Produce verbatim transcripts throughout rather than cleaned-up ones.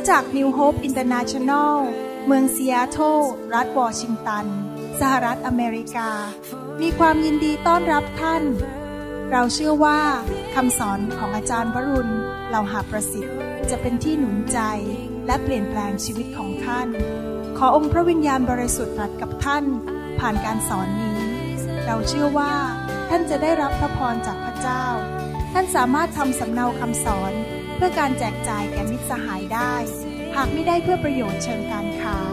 จักร New Hope International เมืองซีแอตเทิลรัฐวอชิงตันสหรัฐอเมริกามีความยินดีต้อนรับท่านเราเชื่อว่าคำสอนของอาจารย์วรุณเหล่าหาประสิทธิ์จะเป็นที่หนุนใจและเปลี่ยนแปลงชีวิตของท่านขอองค์พระวิญญาณบริสุทธิ์ตรัสกับท่านผ่านการสอนนี้เราเชื่อว่าท่านจะได้รับพระพรจากพระเจ้าท่านสามารถทำสำเนาคำสอนเพื่อการแจกจ่ายแก่มิตรสหายได้หากไม่ได้เพื่อประโยชน์เชิงการค้า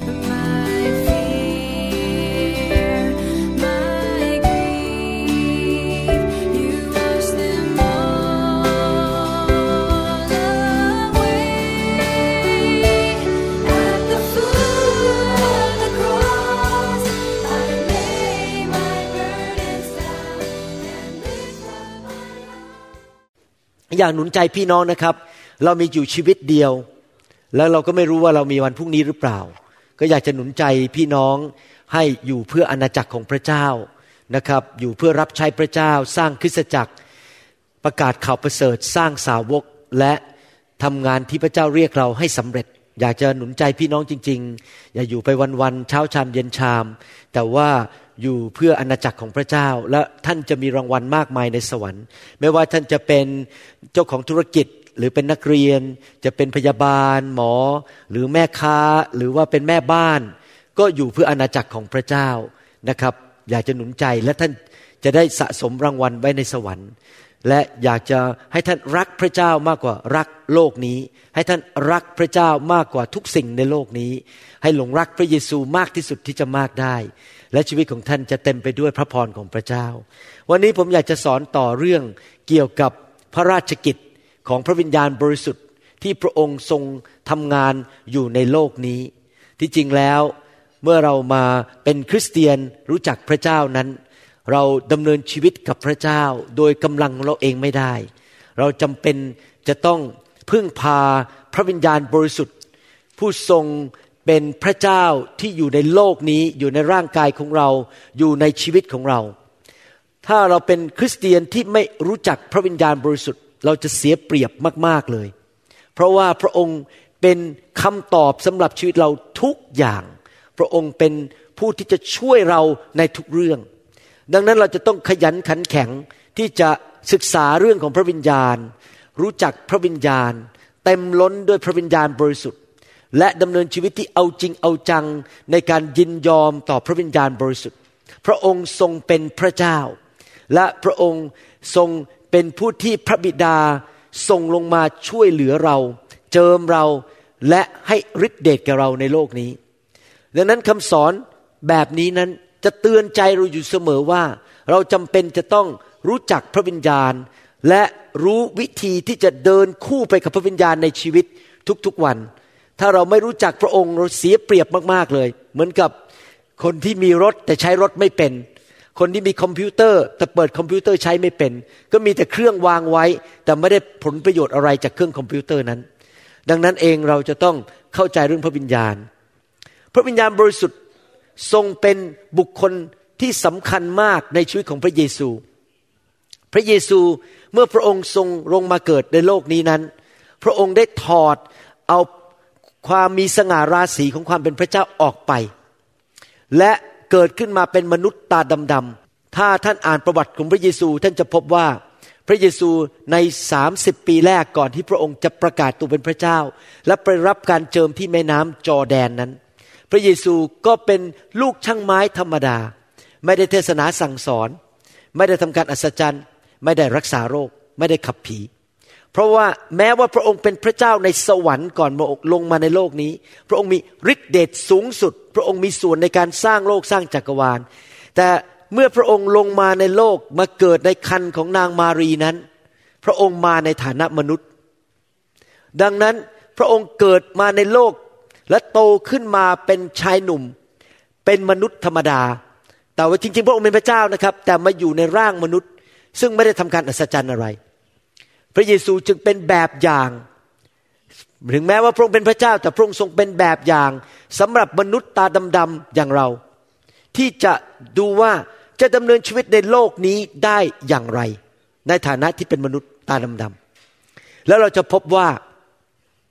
อยากหนุนใจพี่น้องนะครับเรามีอยู่ชีวิตเดียวแล้วเราก็ไม่รู้ว่าเรามีวันพรุ่งนี้หรือเปล่าก็อยากจะหนุนใจพี่น้องให้อยู่เพื่ออาณาจักรของพระเจ้านะครับอยู่เพื่อรับใช้พระเจ้าสร้างคริสตจักรประกาศข่าวประเสริฐสร้างสาวกและทำงานที่พระเจ้าเรียกเราให้สำเร็จอยากจะหนุนใจพี่น้องจริงๆอย่าอยู่ไปวันๆเช้าชามเย็นชามแต่ว่าอยู่เพื่ออาณาจักรของพระเจ้าและท่านจะมีรางวัลมากมายในสวรรค์ไม่ว่าท่านจะเป็นเจ้าของธุรกิจหรือเป็นนักเรียนจะเป็นพยาบาลหมอหรือแม่ค้าหรือว่าเป็นแม่บ้านก็อยู่เพื่ออาณาจักรของพระเจ้านะครับอยากจะหนุนใจและท่านจะได้สะสมรางวัลไว้ในสวรรค์และอยากจะให้ท่านรักพระเจ้ามากกว่ารักโลกนี้ให้ท่านรักพระเจ้ามากกว่าทุกสิ่งในโลกนี้ให้หลงรักพระเยซูมากที่สุดที่จะมากได้และชีวิตของท่านจะเต็มไปด้วยพระพรของพระเจ้าวันนี้ผมอยากจะสอนต่อเรื่องเกี่ยวกับพระราชกิจของพระวิญญาณบริสุทธิ์ที่พระองค์ทรงทำงานอยู่ในโลกนี้ที่จริงแล้วเมื่อเรามาเป็นคริสเตียนรู้จักพระเจ้านั้นเราดำเนินชีวิตกับพระเจ้าโดยกำลังเราเองไม่ได้เราจำเป็นจะต้องพึ่งพาพระวิญญาณบริสุทธิ์ผู้ทรงเป็นพระเจ้าที่อยู่ในโลกนี้อยู่ในร่างกายของเราอยู่ในชีวิตของเราถ้าเราเป็นคริสเตียนที่ไม่รู้จักพระวิญญาณบริสุทธิ์เราจะเสียเปรียบมากๆเลยเพราะว่าพระองค์เป็นคำตอบสำหรับชีวิตเราทุกอย่างพระองค์เป็นผู้ที่จะช่วยเราในทุกเรื่องดังนั้นเราจะต้องขยันขันแข็งที่จะศึกษาเรื่องของพระวิญญาณรู้จักพระวิญญาณเต็มล้นด้วยพระวิญญาณบริสุทธิ์และดำเนินชีวิตที่เอาจริงเอาจังในการยินยอมต่อพระวิญญาณบริสุทธิ์พระองค์ทรงเป็นพระเจ้าและพระองค์ทรงเป็นผู้ที่พระบิดาส่งลงมาช่วยเหลือเราเจิมเราและให้ฤทธิ์เดชแก่เราในโลกนี้ดังนั้นคำสอนแบบนี้นั้นจะเตือนใจเราอยู่เสมอว่าเราจำเป็นจะต้องรู้จักพระวิญญาณและรู้วิธีที่จะเดินคู่ไปกับพระวิญญาณในชีวิตทุกๆวันถ้าเราไม่รู้จักพระองค์เราเสียเปรียบมากๆเลยเหมือนกับคนที่มีรถแต่ใช้รถไม่เป็นคนที่มีคอมพิวเตอร์แต่เปิดคอมพิวเตอร์ใช้ไม่เป็นก็มีแต่เครื่องวางไว้แต่ไม่ได้ผลประโยชน์อะไรจากเครื่องคอมพิวเตอร์นั้นดังนั้นเองเราจะต้องเข้าใจเรื่องพระวิญญาณพระวิญญาณบริสุทธิ์ทรงเป็นบุคคลที่สำคัญมากในชีวิตของพระเยซูพระเยซูเมื่อพระองค์ทรงลงมาเกิดในโลกนี้นั้นพระองค์ได้ถอดเอาความมีสง่าราศีของความเป็นพระเจ้าออกไปและเกิดขึ้นมาเป็นมนุษย์ตาดำๆถ้าท่านอ่านประวัติของพระเยซูท่านจะพบว่าพระเยซูในสามสิบปีแรกก่อนที่พระองค์จะประกาศตัวเป็นพระเจ้าและไปรับการเจิมที่แม่น้ำจอร์แดนนั้นพระเยซูก็เป็นลูกช่างไม้ธรรมดาไม่ได้เทศนาสั่งสอนไม่ได้ทำการอัศจรรย์ไม่ได้รักษาโรคไม่ได้ขับผีเพราะว่าแม้ว่าพระองค์เป็นพระเจ้าในสวรรค์ก่อนมาลงมาในโลกนี้พระองค์มีฤทธิ์เดชสูงสุดพระองค์มีส่วนในการสร้างโลกสร้างจักรวาลแต่เมื่อพระองค์ลงมาในโลกมาเกิดในครรภ์ของนางมารีนั้นพระองค์มาในฐานะมนุษย์ดังนั้นพระองค์เกิดมาในโลกและโตขึ้นมาเป็นชายหนุ่มเป็นมนุษย์ธรรมดาแต่ว่าจริงๆพระองค์เป็นพระเจ้านะครับแต่มาอยู่ในร่างมนุษย์ซึ่งไม่ได้ทำการอัศจรรย์อะไรพระเยซูจึงเป็นแบบอย่างถึงแม้ว่าพระองค์เป็นพระเจ้าแต่พระองค์ทรงเป็นแบบอย่างสำหรับมนุษย์ตาดำๆอย่างเราที่จะดูว่าจะดำเนินชีวิตในโลกนี้ได้อย่างไรในฐานะที่เป็นมนุษย์ตาดำๆแล้วเราจะพบว่า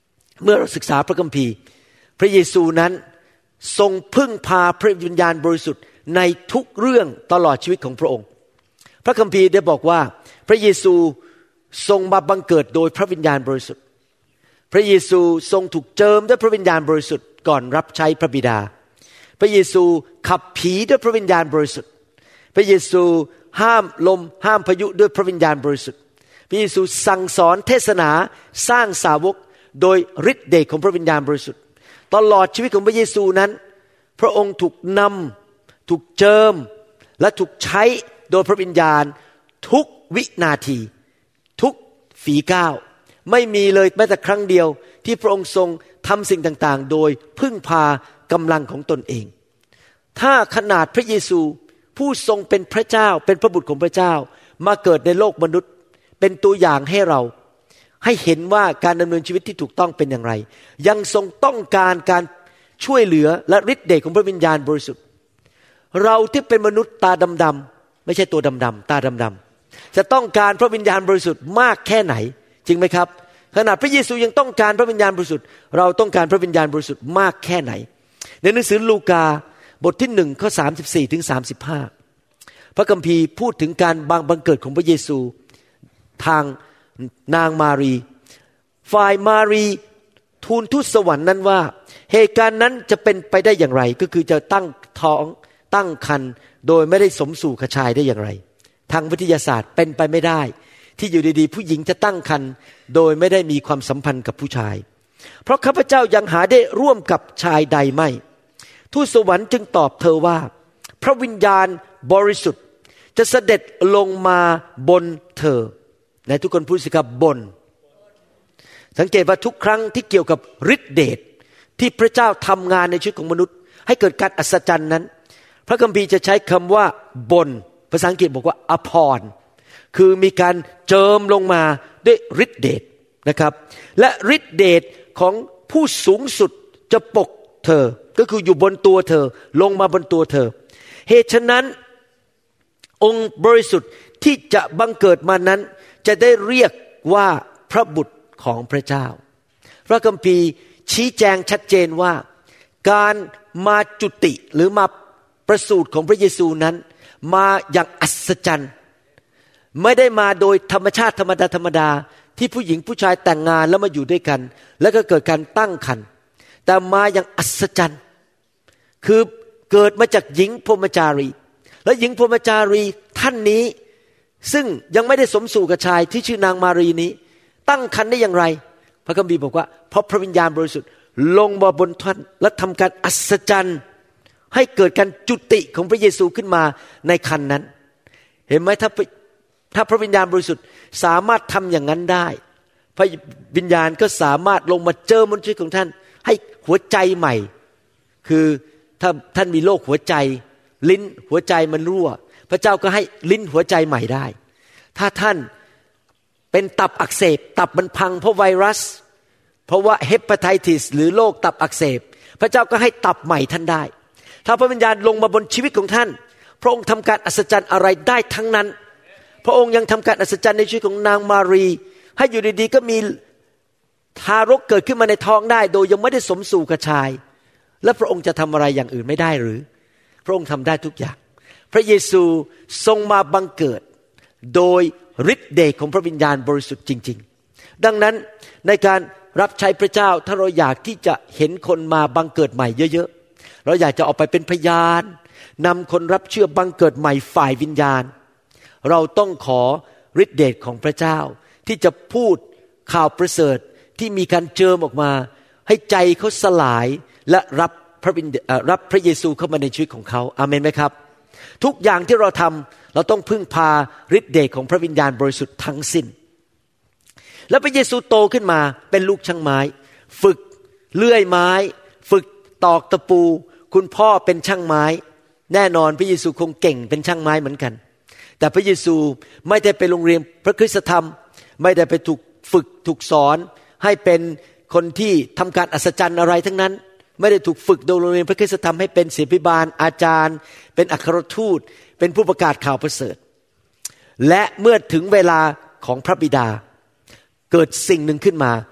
เมื่อเราศึกษาพระคัมภีร์พระเยซูนั้นทรงพึ่งพาพระวิญญาณบริสุทธิ์ในทุกเรื่องตลอดชีวิตของพระองค์พระคัมภีร์ได้บอกว่าพระเยซูทรงมาบังเกิดโดยพระวิญญาณบริสุทธิ์พระเยซูทรงถูกเจิมด้วยพระวิญญาณบริสุทธิ์ก่อนรับใช้พระบิดาพระเยซูขับผีด้วยพระวิญญาณบริสุทธิ์พระเยซูห้ามลมห้ามพายุด้วยพระวิญญาณบริสุทธิ์พระเยซูสั่งสอนเทศนาสร้างสาวกโดยฤทธิ์เดชของพระวิญญาณบริสุทธิ์ตลอดชีวิตของพระเยซูนั้นพระองค์ถูกนำถูกเจิมและถูกใช้โดยพระวิญญาณทุกวินาทีทุกฝีก้าวไม่มีเลยแม้แต่ครั้งเดียวที่พระองค์ทรงทำสิ่งต่างๆโดยพึ่งพากำลังของตนเองถ้าขนาดพระเยซูผู้ทรงเป็นพระเจ้าเป็นพระบุตรของพระเจ้ามาเกิดในโลกมนุษย์เป็นตัวอย่างให้เราให้เห็นว่าการดำเนินชีวิตที่ถูกต้องเป็นอย่างไรยังทรงต้องการการช่วยเหลือและฤทธิ์เดชของพระวิญญาณบริสุทธิ์เราที่เป็นมนุษย์ตาดำๆไม่ใช่ตัวดำๆตาดำๆจะต้องการพระวิญญาณบริสุทธิ์มากแค่ไหนจริงไหมครับขณะพระเยซูยังต้องการพระวิญญาณบริสุทธิ์เราต้องการพระวิญญาณบริสุทธิ์มากแค่ไหนในหนังสือลูกาบทที่หนึ่งข้อสามสิบสี่ถึงสามสิบห้าพระคัมภีร์พูดถึงการบังเกิดของพระเยซูทางนางมารีฝ่ายมารีทูลทูตสวรรค์นั้นว่าเหตุการณ์นั้นจะเป็นไปได้อย่างไรก็คือจะตั้งท้องตั้งครรภ์โดยไม่ได้สมสู่กับชายได้อย่างไรทางวิทยาศาสตร์เป็นไปไม่ได้ที่อยู่ดีๆผู้หญิงจะตั้งครรภ์โดยไม่ได้มีความสัมพันธ์กับผู้ชายเพราะข้าพเจ้ายังหาได้ร่วมกับชายใดไม่ทูตสวรรค์จึงตอบเธอว่าพระวิญญาณบริสุทธิ์จะเสด็จลงมาบนเธอในทุกคนพูดสิครับบนสังเกตว่าทุกครั้งที่เกี่ยวกับฤทธิเดชที่พระเจ้าทำงานในชีวิตของมนุษย์ให้เกิดการอัศจรรย์นั้นพระคัมภีร์จะใช้คำว่าบนภาษาอังกฤษบอกว่า upon คือมีการเจิมลงมาด้วยฤทธิเดชนะครับและฤทธิเดชของผู้สูงสุดจะปกเธอก็คืออยู่บนตัวเธอลงมาบนตัวเธอเหตุฉะนั้นองค์บริสุทธิ์ที่จะบังเกิดมานั้นจะได้เรียกว่าพระบุตรของพระเจ้าพระคัมภีร์ชี้แจงชัดเจนว่าการมาจุติหรือมาประสูติของพระเยซูนั้นมาอย่างอัศจรรย์ไม่ได้มาโดยธรรมชาติธรรมดาธรรมดาที่ผู้หญิงผู้ชายแต่งงานแล้วมาอยู่ด้วยกันแล้วก็เกิดการตั้งครรภ์แต่มาอย่างอัศจรรย์คือเกิดมาจากหญิงพรหมจารีและหญิงพรหมจารีท่านนี้ซึ่งยังไม่ได้สมสู่กับชายที่ชื่อนางมารีนี้ตั้งครรภ์ได้อย่างไรพระคัมภีร์บอกว่าเพราะพระวิญญาณบริสุทธิ์ลงมาบนท่านและทำการอัศจรรย์ให้เกิดการจุติของพระเยซูขึ้นมาในครรภ์นั้นเห็นไหมถ้าถ้าพระวิญญาณบริสุทธิ์สามารถทำอย่างนั้นได้พระวิญญาณก็สามารถลงมาเจิมบนชีวิตของท่านให้หัวใจใหม่คือถ้าท่านมีโรคหัวใจลิ้นหัวใจมันรั่วพระเจ้าก็ให้ลิ้นหัวใจใหม่ได้ถ้าท่านเป็นตับอักเสบตับมันพังเพราะไวรัสเพราะว่าเฮปาไทติสหรือโรคตับอักเสบพระเจ้าก็ให้ตับใหม่ท่านได้ถ้าพระวิญญาณลงมาบนชีวิตของท่านพระองค์ทำการอัศจรรย์อะไรได้ทั้งนั้นพระองค์ยังทำการอัศจรรย์ในชีวิตของนางมารีให้อยู่ดีๆก็มีทารกเกิดขึ้นมาในท้องได้โดยยังไม่ได้สมสู่กับชายและพระองค์จะทำอะไรอย่างอื่นไม่ได้หรือพระองค์ทำได้ทุกอย่างพระเยซูทรงมาบังเกิดโดยฤทธิ์เดชของพระวิญญาณบริสุทธิ์จริงๆดังนั้นในการรับใช้พระเจ้าถ้าเราอยากที่จะเห็นคนมาบังเกิดใหม่เยอะๆเราอยากจะออกไปเป็นพยานนำคนรับเชื่อบังเกิดใหม่ฝ่ายวิญญาณเราต้องขอฤทธิ์เดชของพระเจ้าที่จะพูดข่าวประเสริฐที่มีการเจิมออกมาให้ใจเขาสลายและรับพระวิญญาณรับพระเยซูเข้ามาในชีวิตของเขาอาเมนไหมครับทุกอย่างที่เราทำเราต้องพึ่งพาฤทธิ์เดชของพระวิญญาณบริสุทธิ์ทั้งสิ้นแล้วพระเยซูโตขึ้นมาเป็นลูกช่างไม้ฝึกเลื่อยไม้ฝึกตอกตะปูคุณพ่อเป็นช่างไม้แน่นอนพระเยซูคงเก่งเป็นช่างไม้เหมือนกันแต่พระเยซูไม่ได้ไปโรงเรียนพระคริสตธรรมไม่ได้ไปถูกฝึกถูกสอนให้เป็นคนที่ทำการอัศจรรย์อะไรทั้งนั้นไม่ได้ถูกฝึกโดยโรงเรียนพระคริสตธรรมให้เป็นศิษยาภิบาลอาจารย์เป็นอัครทูตเป็นผู้ประกาศข่าวประเสริฐและเมื่อถึงเวลาของพระบิดาเกิดสิ่งหนึ่งขึ้นมา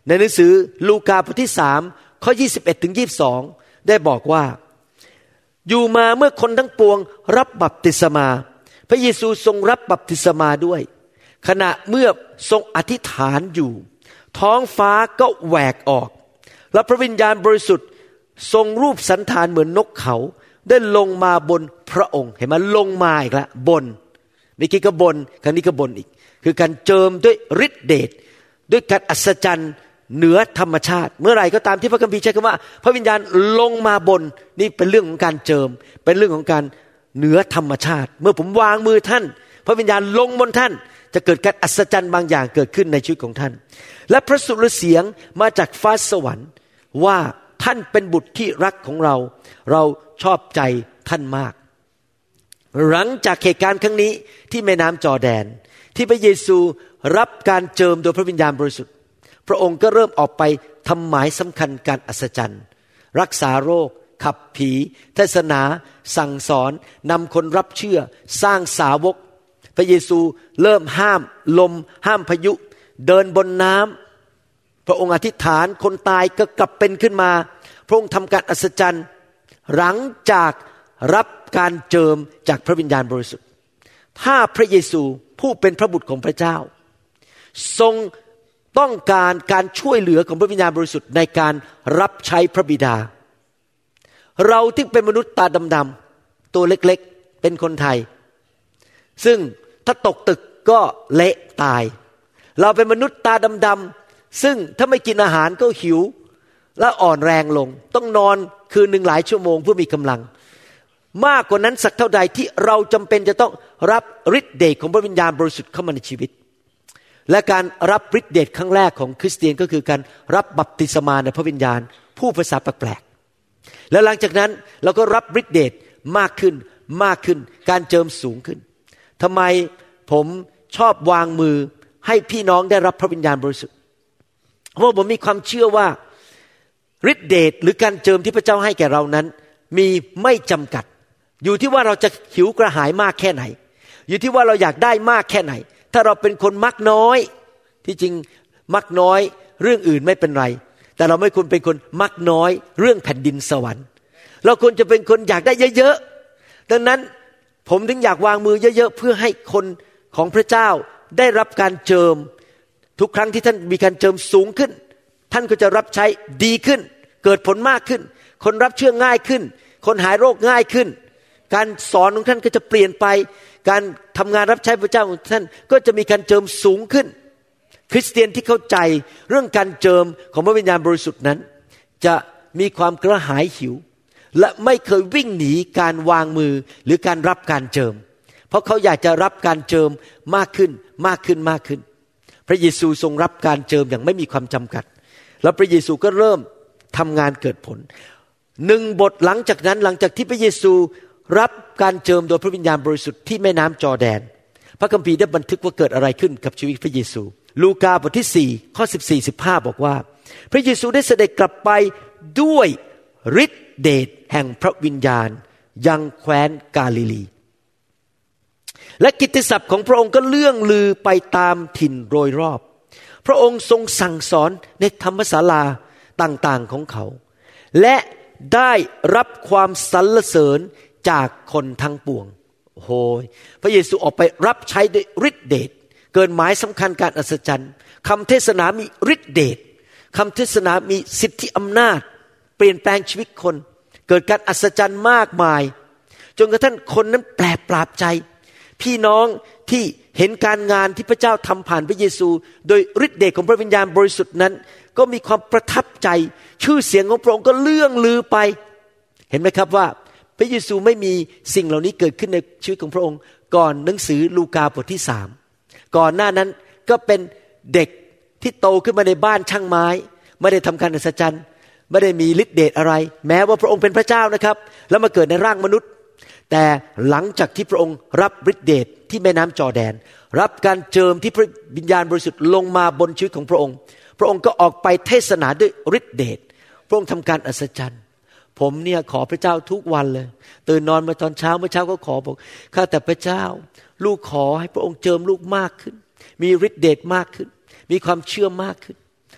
ในหนังสือลูกาบทที่สามข้อยี่สิบเอ็ดถึงยี่สิบสองได้บอกว่าอยู่มาเมื่อคนทั้งปวงรับบัพติศมาพระเยซูทรงรับบัพติศมาด้วยขณะเมื่อทรงอธิษฐานอยู่ท้องฟ้าก็แหวกออกและพระวิญญาณบริสุทธิ์ทรงรูปสันฐานเหมือนนกเขาได้ลงมาบนพระองค์เห็นไหมลงมาอีกแล้วบนเมื่อกี้ก็บนครั้งนี้ก็บนอีกคือการเจิมด้วยฤทธิเดชด้วยการอัศจรรย์เหนือธรรมชาติเมื่อไหร่ก็ตามที่พระคัมภีร์ใช้คำว่าพระวิญญาณลงมาบนนี่เป็นเรื่องของการเจิมเป็นเรื่องของการเหนือธรรมชาติเมื่อผมวางมือท่านพระวิญญาณลงบนท่านจะเกิดการอัศจรรย์บางอย่างเกิดขึ้นในชีวิตของท่านและพระสุรเสียงมาจากฟ้าสวรรค์ว่าท่านเป็นบุตรที่รักของเราเราชอบใจท่านมากหลังจากเหตุการณ์ครั้งนี้ที่แม่น้ำจอร์แดนที่พระเยซูรับการเจิมโดยพระวิญญาณบริสุทธิ์พระองค์ก็เริ่มออกไปทำหมายสำคัญการอัศจรรย์รักษาโรคขับผีเทศนาสั่งสอนนำคนรับเชื่อสร้างสาวกพระเยซูเริ่มห้ามลมห้ามพายุเดินบนน้ำพระองค์อธิษฐานคนตายก็กลับเป็นขึ้นมาพระองค์ทำการอัศจรรย์หลังจากรับการเจิมจากพระวิญญาณบริสุทธิ์ถ้าพระเยซูผู้เป็นพระบุตรของพระเจ้าทรงต้องการการช่วยเหลือของพระวิญญาณบริสุทธิ์ในการรับใช้พระบิดาเราที่เป็นมนุษย์ตาดำๆตัวเล็กๆเป็นคนไทยซึ่งถ้าตกตึกก็เละตายเราเป็นมนุษย์ตาดำๆซึ่งถ้าไม่กินอาหารก็หิวและอ่อนแรงลงต้องนอนคืนหนึ่งหลายชั่วโมงเพื่อมีกำลังมากกว่านั้นสักเท่าใดที่เราจำเป็นจะต้องรับฤทธิ์เดชของพระวิญญาณบริสุทธิ์เข้ามาในชีวิตและการรับฤทธิ์เดชครั้งแรกของคริสเตียนก็คือการรับบัพติศมาในพระวิญญาณพูดภาษาแปลกๆแล้วหลังจากนั้นเราก็รับฤทธิ์เดชมากขึ้นมากขึ้นการเจิมสูงขึ้นทำไมผมชอบวางมือให้พี่น้องได้รับพระวิญญาณบริสุทธิ์เพราะผมมีความเชื่อว่าฤทธิ์เดชหรือการเจิมที่พระเจ้าให้แก่เรานั้นมีไม่จำกัดอยู่ที่ว่าเราจะหิวกระหายมากแค่ไหนอยู่ที่ว่าเราอยากได้มากแค่ไหนถ้าเราเป็นคนมักน้อยที่จริงมักน้อยเรื่องอื่นไม่เป็นไรแต่เราไม่ควรเป็นคนมักน้อยเรื่องแผ่นดินสวรรค์เราควรจะเป็นคนอยากได้เยอะๆดังนั้นผมถึงอยากวางมือเยอะๆเพื่อให้คนของพระเจ้าได้รับการเจิมทุกครั้งที่ท่านมีการเจิมสูงขึ้นท่านก็จะรับใช้ดีขึ้นเกิดผลมากขึ้นคนรับเชื่อง่ายขึ้นคนหายโรคง่ายขึ้นการสอนของท่านก็จะเปลี่ยนไปการทำงานรับใช้พระเจ้าของท่านก็จะมีการเจิมสูงขึ้นคริสเตียนที่เข้าใจเรื่องการเจิมของพระวิญญาณบริสุทธิ์นั้นจะมีความกระหายหิวและไม่เคยวิ่งหนีการวางมือหรือการรับการเจิมเพราะเขาอยากจะรับการเจิมมากขึ้นมากขึ้นมากขึ้นพระเยซูทรงรับการเจิมอย่างไม่มีความจำกัดแล้วพระเยซูก็เริ่มทำงานเกิดผลหนึ่งบทหลังจากนั้นหลังจากที่พระเยซูรับการเจิมโดยพระวิญญาณบริสุทธิ์ที่แม่น้ำจอร์แดนพระคัมภีร์ได้บันทึกว่าเกิดอะไรขึ้นกับชีวิตพระเยซูลูกาบทที่สี่ข้อสิบสี่ สิบห้าบอกว่าพระเยซูได้เสด็จกลับไปด้วยฤทธิเดชแห่งพระวิญญาณยังแคว้นกาลิลีและกิตติศัพท์ของพระองค์ก็เลื่องลือไปตามถิ่นโดยรอบพระองค์ทรงสั่งสอนในธรรมศาลาต่างๆของเขาและได้รับความสรรเสริญจากคนทั้งปวงโอ้โหพระเยซูออกไปรับใช้ด้วยฤทธิเดชเกินหมายสำคัญการอัศจรรย์คำเทศนามีฤทธิเดชคำเทศนามีสิทธิอำนาจเปลี่ยนแปลงชีวิตคนเกิดการอัศจรรย์มากมายจนกระทั่งคนนั้นแปลกปราบใจพี่น้องที่เห็นการงานที่พระเจ้าทำผ่านพระเยซูโดยฤทธิเดชของพระวิญญาณบริสุทธิ์นั้นก็มีความประทับใจชื่อเสียงของพระองค์ก็เลื่องลือไปเห็นไหมครับว่าพระเยซูไม่มีสิ่งเหล่านี้เกิดขึ้นในชีวิตของพระองค์ก่อนหนังสือลูกาบทที่สามก่อนหน้านั้นก็เป็นเด็กที่โตขึ้นมาในบ้านช่างไม้ไม่ได้ทำการอัศจรรย์ไม่ได้มีฤทธิเดชอะไรแม้ว่าพระองค์เป็นพระเจ้านะครับแล้วมาเกิดในร่างมนุษย์แต่หลังจากที่พระองค์รับฤทธิเดชที่แม่น้ำจอร์แดนรับการเจิมที่พระวิญญาณบริสุทธิ์ลงมาบนชีวิตของพระองค์พระองค์ก็ออกไปเทศนาด้วยฤทธิเดชพระองค์ทำการอัศจรรย์ผมเนี่ยขอพระเจ้าทุกวันเลยตื่นนอนมาตอนเช้าเมื่อเช้าก็ขอบอกข้าแต่พระเจ้าลูกขอให้พระองค์เจิมลูกมากขึ้นมีฤทธิเดชมากขึ้นมีความเชื่อมากขึ้น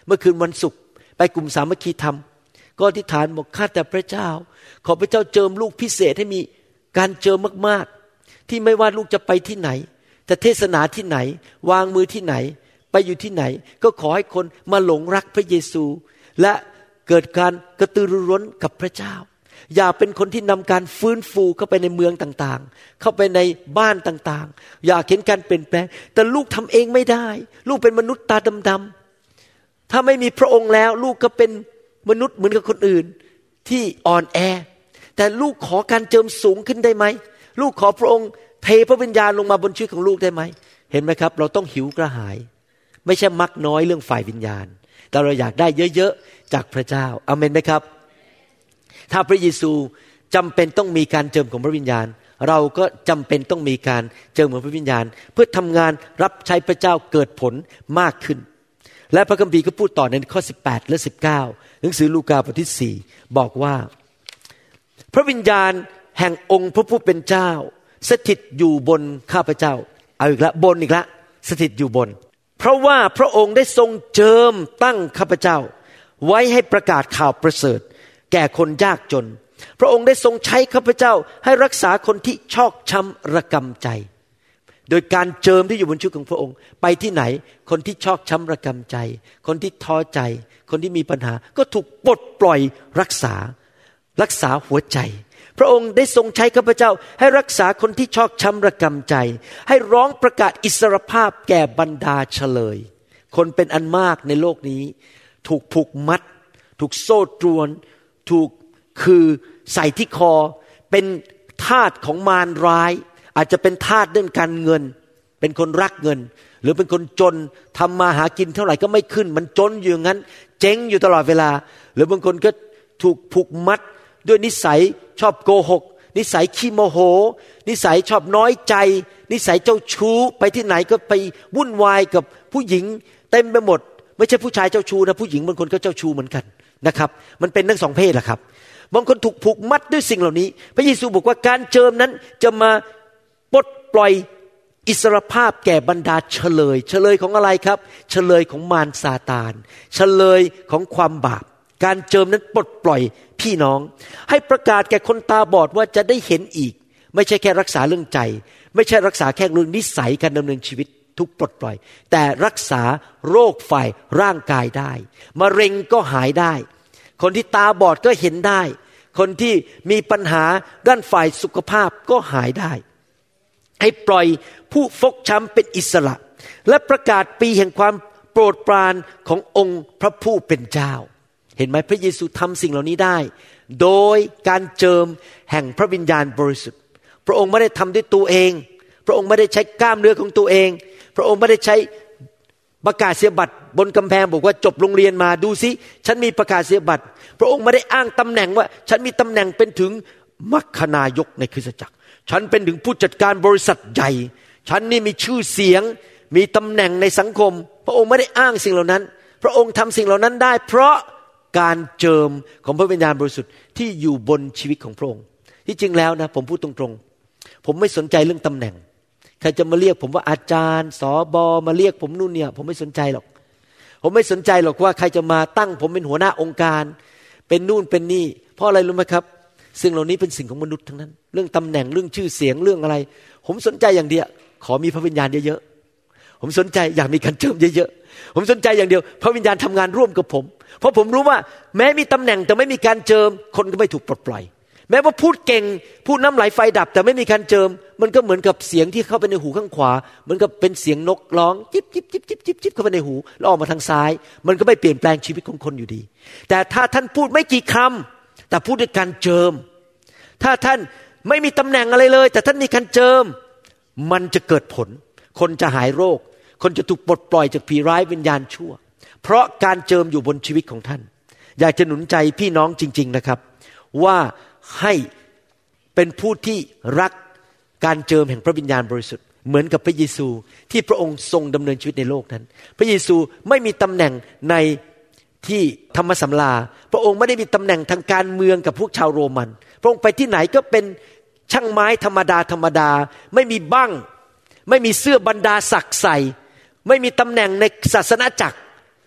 เมื่อคืนวันศุกร์ไปกลุ่มสามัคคีธรรมก็อธิษฐานบอกข้าแต่พระเจ้าขอพระเจ้าเจิมลูกพิเศษให้มีการเจิมมากๆที่ไม่ว่าลูกจะไปที่ไหนจะเทศนาที่ไหนวางมือที่ไหนไปอยู่ที่ไหนก็ขอให้คนมาหลงรักพระเยซูและเกิดการกระตือรือร้นกับพระเจ้าอย่าเป็นคนที่นำการฟื้นฟูเข้าไปในเมืองต่างๆเข้าไปในบ้านต่างๆอยากเห็นการเปลี่ยนแปลงแต่ลูกทำเองไม่ได้ลูกเป็นมนุษย์ตาดำๆถ้าไม่มีพระองค์แล้วลูกก็เป็นมนุษย์เหมือนกับคนอื่นที่อ่อนแอแต่ลูกขอการเจิมสูงขึ้นได้ไหมลูกขอพระองค์เทพระวิญญาณลงมาบนชีวิตของลูกได้ไหมเห็นไหมครับเราต้องหิวกระหายไม่ใช่มักน้อยเรื่องฝ่ายวิญญาณแต่เราอยากได้เยอะๆจากพระเจ้าอาเมนไหมครับถ้าพระเยซูจำเป็นต้องมีการเจิมของพระวิญญาณเราก็จำเป็นต้องมีการเจิมของพระวิญญาณเพื่อทำงานรับใช้พระเจ้าเกิดผลมากขึ้นและพระคัมภีร์ก็พูดต่อในข้อสิบแปดและสิบเก้าหนังสือลูกาบทที่สี่บอกว่าพระวิญญาณแห่งองค์พระผู้เป็นเจ้าสถิตอยู่บนข้าพเจ้าเอาอีกละบนอีกละสถิตอยู่บนเพราะว่าพระองค์ได้ทรงเจิมตั้งข้าพเจ้าไว้ให้ประกาศข่าวประเสริฐแก่คนยากจนพระองค์ได้ทรงใช้ข้าพเจ้าให้รักษาคนที่ชอกช้ำระกำใจโดยการเจิมที่อยู่บนชีวิตของพระองค์ไปที่ไหนคนที่ชอกช้ำระกำใจคนที่ท้อใจคนที่มีปัญหาก็ถูกปลดปล่อยรักษารักษาหัวใจพระองค์ได้ทรงใช้ข้าพเจ้าให้รักษาคนที่ชอกช้ำระกำใจให้ร้องประกาศอิสรภาพแก่บรรดาเฉลยคนเป็นอันมากในโลกนี้ถูกผูกมัดถูกโซ่ตรวนถูกคือใส่ที่คอเป็นทาสของมารร้ายอาจจะเป็นทาสเรื่องการเงินเป็นคนรักเงินหรือเป็นคนจนทำมาหากินเท่าไหร่ก็ไม่ขึ้นมันจนอยู่อย่างนั้นเจ๊งอยู่ตลอดเวลาหรือบางคนก็ถูกผูกมัดด้วยนิสัยชอบโกหกนิสัยขี้โมโหนิสัยชอบน้อยใจนิสัยเจ้าชู้ไปที่ไหนก็ไปวุ่นวายกับผู้หญิงเต็มไปหมดไม่ใช่ผู้ชายเจ้าชู้นะผู้หญิงบางคนก็เจ้าชู้เหมือนกันนะครับมันเป็นทั้งสองเพศแหละครับบางคนถูกผูกมัดด้วยสิ่งเหล่านี้พระเยซูบอกว่าการเจิมนั้นจะมาปลดปล่อยอิสรภาพแก่บรรดาเฉลยเฉลยของอะไรครับเฉลยของมารซาตานเฉลยของความบาปการเจิมนั้นปลดปล่อยพี่น้องให้ประกาศแก่คนตาบอดว่าจะได้เห็นอีกไม่ใช่แค่รักษาเรื่องใจไม่ใช่รักษาแค่เรื่องนิสัยการดำเนินชีวิตทุกปลดปล่อยแต่รักษาโรคฝ่ายร่างกายได้มะเร็งก็หายได้คนที่ตาบอดก็เห็นได้คนที่มีปัญหาด้านฝ่ายสุขภาพก็หายได้ให้ปล่อยผู้ฟกช้ำเป็นอิสระและประกาศปีแห่งความโปรดปรานขององค์พระผู้เป็นเจ้าเห็นไหมพระเยซูทำสิ่งเหล่านี้ได้โดยการเจิมแห่งพระวิญญาณบริสุทธิ์พระองค์ไม่ได้ทำด้วยตัวเองพระองค์ไม่ได้ใช้กล้ามเนื้อของตัวเองพระองค์ไม่ได้ใช้ประกาศเสียบัตรบนกำแพงบอกว่าจบโรงเรียนมาดูสิฉันมีประกาศเสียบัตรพระองค์ไม่ได้อ้างตำแหน่งว่าฉันมีตำแหน่งเป็นถึงมัคคณายกในคริสตจักรฉันเป็นถึงผู้จัดการบริษัทใหญ่ฉันนี่มีชื่อเสียงมีตำแหน่งในสังคมพระองค์ไม่ได้อ้างสิ่งเหล่านั้นพระองค์ทำสิ่งเหล่านั้นได้เพราะการเจิมของพระวิญญาณบริสุทธิ์ที่อยู่บนชีวิตของพระองค์ที่จริงแล้วนะผมพูดตรงๆผมไม่สนใจเรื่องตำแหน่งใครจะมาเรียกผมว่าอาจารย์สบมาเรียกผมนู่นเนี่ยผมไม่สนใจหรอกผมไม่สนใจหรอกว่าใครจะมาตั้งผมเป็นหัวหน้าองค์การเป็นนู่นเป็นนี่เพราะอะไรรู้ไหมครับสิ่งเหล่านี้เป็นสิ่งของมนุษย์ทั้งนั้นเรื่องตำแหน่งเรื่องชื่อเสียงเรื่องอะไรผมสนใจอย่างเดียวขอมีพระวิญญาณเยอะๆผมสนใจอยากมีการเจิมเยอะๆผมสนใจอย่างเดียวพระวิญญาณทำงานร่วมกับผมเพราะผมรู้ว่าแม้มีตำแหน่งแต่ไม่มีการเจิมคนก็ไม่ถูกปลดปล่อยแม้ว่าพูดเก่งพูดน้ำไหลไฟดับแต่ไม่มีการเจิมมันก็เหมือนกับเสียงที่เข้าไปในหูข้างขวาเหมือนกับเป็นเสียงนกร้องจิ๊บจิ๊บจิ๊บจิ๊บจิ๊บจิ๊บเข้าไปในหูแล้วออกมาทางซ้ายมันก็ไม่เปลี่ยนแปลงชีวิตของคนอยู่ดีแต่ถ้าท่านพูดไม่กี่คำแต่พูดด้วยการเจิมถ้าท่านไม่มีตำแหน่งอะไรเลยแต่ท่านมีการเจิมมันจะเกิดผลคนจะหายโรคคนจะถูกปลดปล่อยจากผีร้ายวิญญาณชั่วเพราะการเจิมอยู่บนชีวิตของท่านอยากจะหนุนใจพี่น้องจริงๆนะครับว่าให้เป็นผู้ที่รักการเจิมแห่งพระวิญญาณบริสุทธิ์เหมือนกับพระเยซูที่พระองค์ทรงดำเนินชีวิตในโลกนั้นพระเยซูไม่มีตำแหน่งในที่ธรรมสำราพระองค์ไม่ได้มีตำแหน่งทางการเมืองกับพวกชาวโรมันพระองค์ไปที่ไหนก็เป็นช่างไม้ธรรมดาธรรมดาไม่มีบั้งไม่มีเสื้อบรรดาศักดิ์ใส่ไม่มีตำแหน่งในศาสนาจักร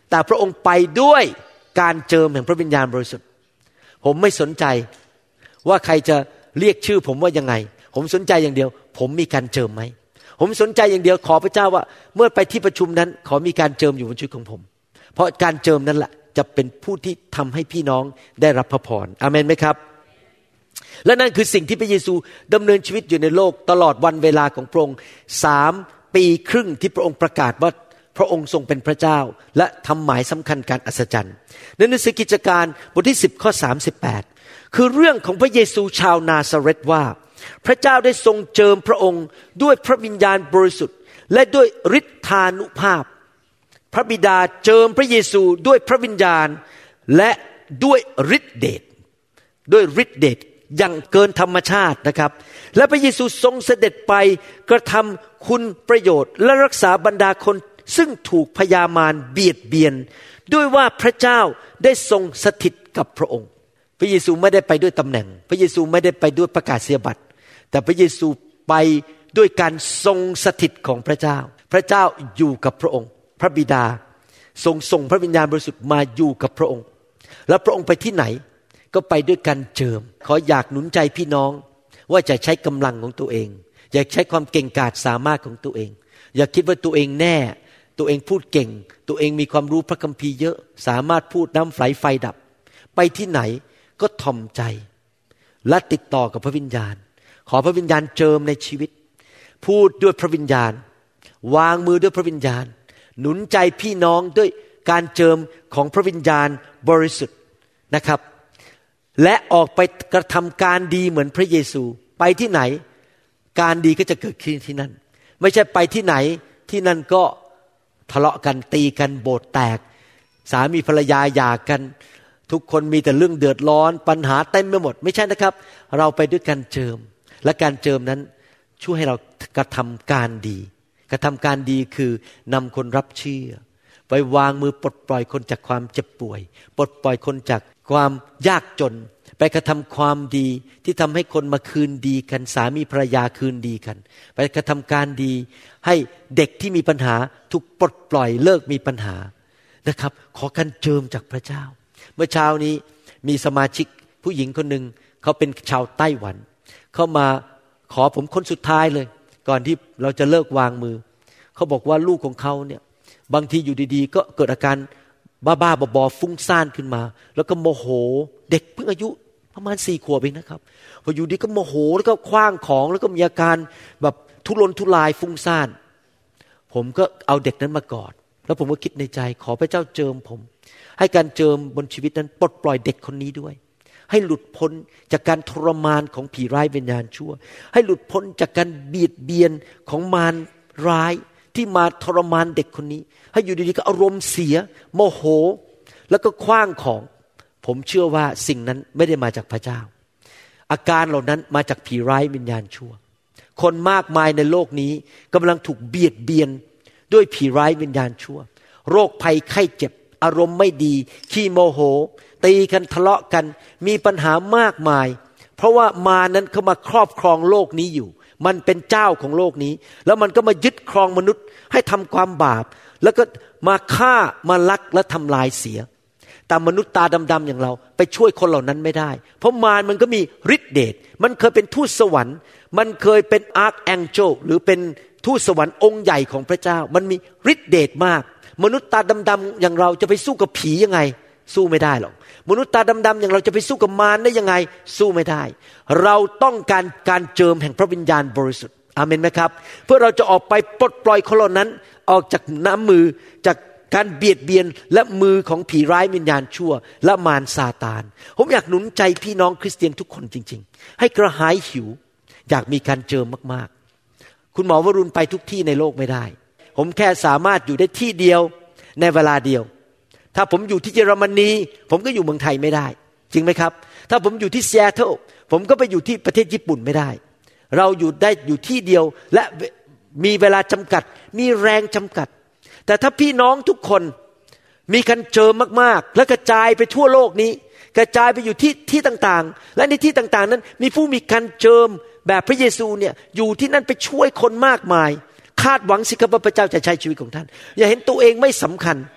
แต่พระองค์ไปด้วยการเจิมแห่งพระวิญญาณบริสุทธิ์ผมไม่สนใจว่าใครจะเรียกชื่อผมว่ายังไงผมสนใจอย่างเดียวผมมีการเจิมไหมผมสนใจอย่างเดียวขอพระเจ้าว่าเมื่อไปที่ประชุมนั้นขอมีการเจิมอยู่บนชีวิตของผมเพราะการเจิมนั้นแหละจะเป็นผู้ที่ทำให้พี่น้องได้รับพระพรอาเมนไหมครับและนั่นคือสิ่งที่พระเยซูดำเนินชีวิตอยู่ในโลกตลอดวันเวลาของพระองค์สามปีครึ่งที่พระองค์ประกาศว่าพระองค์ทรงเป็นพระเจ้าและทำหมายสำคัญการอัศจรรย์ในหนังสือกิจการบทที่สิบข้อสามสิบแปดคือเรื่องของพระเยซูชาวนาซาเรตว่าพระเจ้าได้ทรงเจิมพระองค์ด้วยพระวิญญาณบริสุทธิ์และด้วยฤทธานุภาพพระบิดาเจิมพระเยซูด้วยพระวิญญาณและด้วยฤทธิเดชด้วยฤทธิเดชอย่างเกินธรรมชาตินะครับและพระเยซูทรงเสด็จไปกระทำคุณประโยชน์และรักษาบรรดาคนซึ่งถูกพยามารเบียดเบียนด้วยว่าพระเจ้าได้ทรงสถิตกับพระองค์พระเยซูไม่ได้ไปด้วยตำแหน่งพระเยซูไม่ได้ไปด้วยประกาศนียบัตรแต่พระเยซูไปด้วยการทรงสถิตของพระเจ้าพระเจ้าอยู่กับพระองค์พระบิดาทรงส่งพระวิญญาณบริสุทธิ์มาอยู่กับพระองค์แล้วพระองค์ไปที่ไหนก็ไปด้วยการเจิมขออยากหนุนใจพี่น้องว่าจะใช้กำลังของตัวเองอย่าใช้ความเก่งกาจสามารถของตัวเองอย่าคิดว่าตัวเองแน่ตัวเองพูดเก่งตัวเองมีความรู้พระคัมภีร์เยอะสามารถพูดน้ำไหลไฟดับไปที่ไหนก็ถ่อมใจและติดต่อกับพระวิญญาณขอพระวิญญาณเจิมในชีวิตพูดด้วยพระวิญญาณวางมือด้วยพระวิญญาณหนุนใจพี่น้องด้วยการเจิมของพระวิญญาณบริสุทธิ์นะครับและออกไปกระทำการดีเหมือนพระเยซูไปที่ไหนการดีก็จะเกิดขึ้นที่นั่นไม่ใช่ไปที่ไหนที่นั่นก็ทะเลาะกันตีกันโบสถ์แตกสามีภรรยาหย่ากันทุกคนมีแต่เรื่องเดือดร้อนปัญหาเต็มไปหมดไม่ใช่นะครับเราไปด้วยการเจิมและการเจิมนั้นช่วยให้เรากระทำการดีกระทำการดีคือนำคนรับเชื่อไปวางมือปลดปล่อยคนจากความเจ็บป่วยปลดปล่อยคนจากความยากจนไปกระทำความดีที่ทำให้คนมาคืนดีกันสามีภรรยาคืนดีกันไปกระทำการดีให้เด็กที่มีปัญหาถูกปลดปล่อยเลิกมีปัญหานะครับขอการเจิมจากพระเจ้าเมื่อเช้านี้มีสมาชิกผู้หญิงคนหนึ่งเขาเป็นชาวไต้หวันเขามาขอผมคนสุดท้ายเลยก่อนที่เราจะเลิกวางมือเขาบอกว่าลูกของเขาเนี่ยบางทีอยู่ดีๆก็เกิดอาการบ้าๆบอๆฟุ้งซ่านขึ้นมาแล้วก็โมโหเด็กเพิ่งอายุประมาณสี่ขวบเองนะครับพออยู่ดีก็โมโหแล้วก็คว้างของแล้วก็มีอาการแบบทุรนทุรายฟุ้งซ่านผมก็เอาเด็กนั้นมากอดแล้วผมก็คิดในใจขอพระเจ้าเจิมผมให้การเจิมบนชีวิตนั้นปลดปล่อยเด็กคนนี้ด้วยให้หลุดพ้นจากการทรมานของผีร้ายวิญญาณชั่วให้หลุดพ้นจากการเบียดเบียนของมารร้ายที่มาทรมานเด็กคนนี้ให้อยู่ดีๆก็อารมณ์เสียโมโหแล้วก็คว้างของผมเชื่อว่าสิ่งนั้นไม่ได้มาจากพระเจ้าอาการเหล่านั้นมาจากผีร้ายวิญญาณชั่วคนมากมายในโลกนี้กำลังถูกเบียดเบียนด้วยผีร้ายวิญญาณชั่วโรคภัยไข้เจ็บอารมณ์ไม่ดีขี้โมโหตีกันทะเลาะกันมีปัญหามากมายเพราะว่ามานั้นเขามาครอบครองโลกนี้อยู่มันเป็นเจ้าของโลกนี้แล้วมันก็มายึดครองมนุษย์ให้ทำความบาปแล้วก็มาฆ่ามาลักและทำลายเสียแต่มนุษย์ตาดำๆอย่างเราไปช่วยคนเหล่านั้นไม่ได้เพราะมารมันก็มีฤทธิเดชมันเคยเป็นทูตสวรรค์มันเคยเป็นอาร์คแองเจิลหรือเป็นทูตสวรรค์องค์ใหญ่ของพระเจ้ามันมีฤทธิเดชมากมนุษย์ตาดำๆอย่างเราจะไปสู้กับผียังไงสู้ไม่ได้หรอกมนุษย์ตาดำๆอย่างเราจะไปสู้กับมารได้ยังไงสู้ไม่ได้เราต้องการการเจิมแห่งพระวิญญาณบริสุทธิ์อาเมนไหมครับเพื่อเราจะออกไปปลดปล่อยคนเหล่านั้นออกจากน้ำมือจากการเบียดเบียนและมือของผีร้ายวิญญาณชั่วและมารซาตานผมอยากหนุนใจพี่น้องคริสเตียนทุกคนจริงๆให้กระหายหิวอยากมีการเจิมมากๆคุณหมอวรุณไปทุกที่ในโลกไม่ได้ผมแค่สามารถอยู่ได้ที่เดียวในเวลาเดียวถ้าผมอยู่ที่เยอรมนีผมก็อยู่เมืองไทยไม่ได้จริงไหมครับถ้าผมอยู่ที่ซีแอตเทิลผมก็ไปอยู่ที่ประเทศญี่ปุ่นไม่ได้เราอยู่ได้อยู่ที่เดียวและมีเวลาจำกัดมีแรงจำกัดแต่ถ้าพี่น้องทุกคนมีการเจิมมากๆและกระจายไปทั่วโลกนี้กระจายไปอยู่ที่ที่ต่างๆและในที่ต่างๆนั้นมีผู้มีการเจิมแบบพระเยซูเนี่ยอยู่ที่นั่นไปช่วยคนมากมายคาดหวังสิครับว่าพระเจ้าจะใช้ชีวิตของท่านอย่าเห็นตัวเองไม่สำคัญ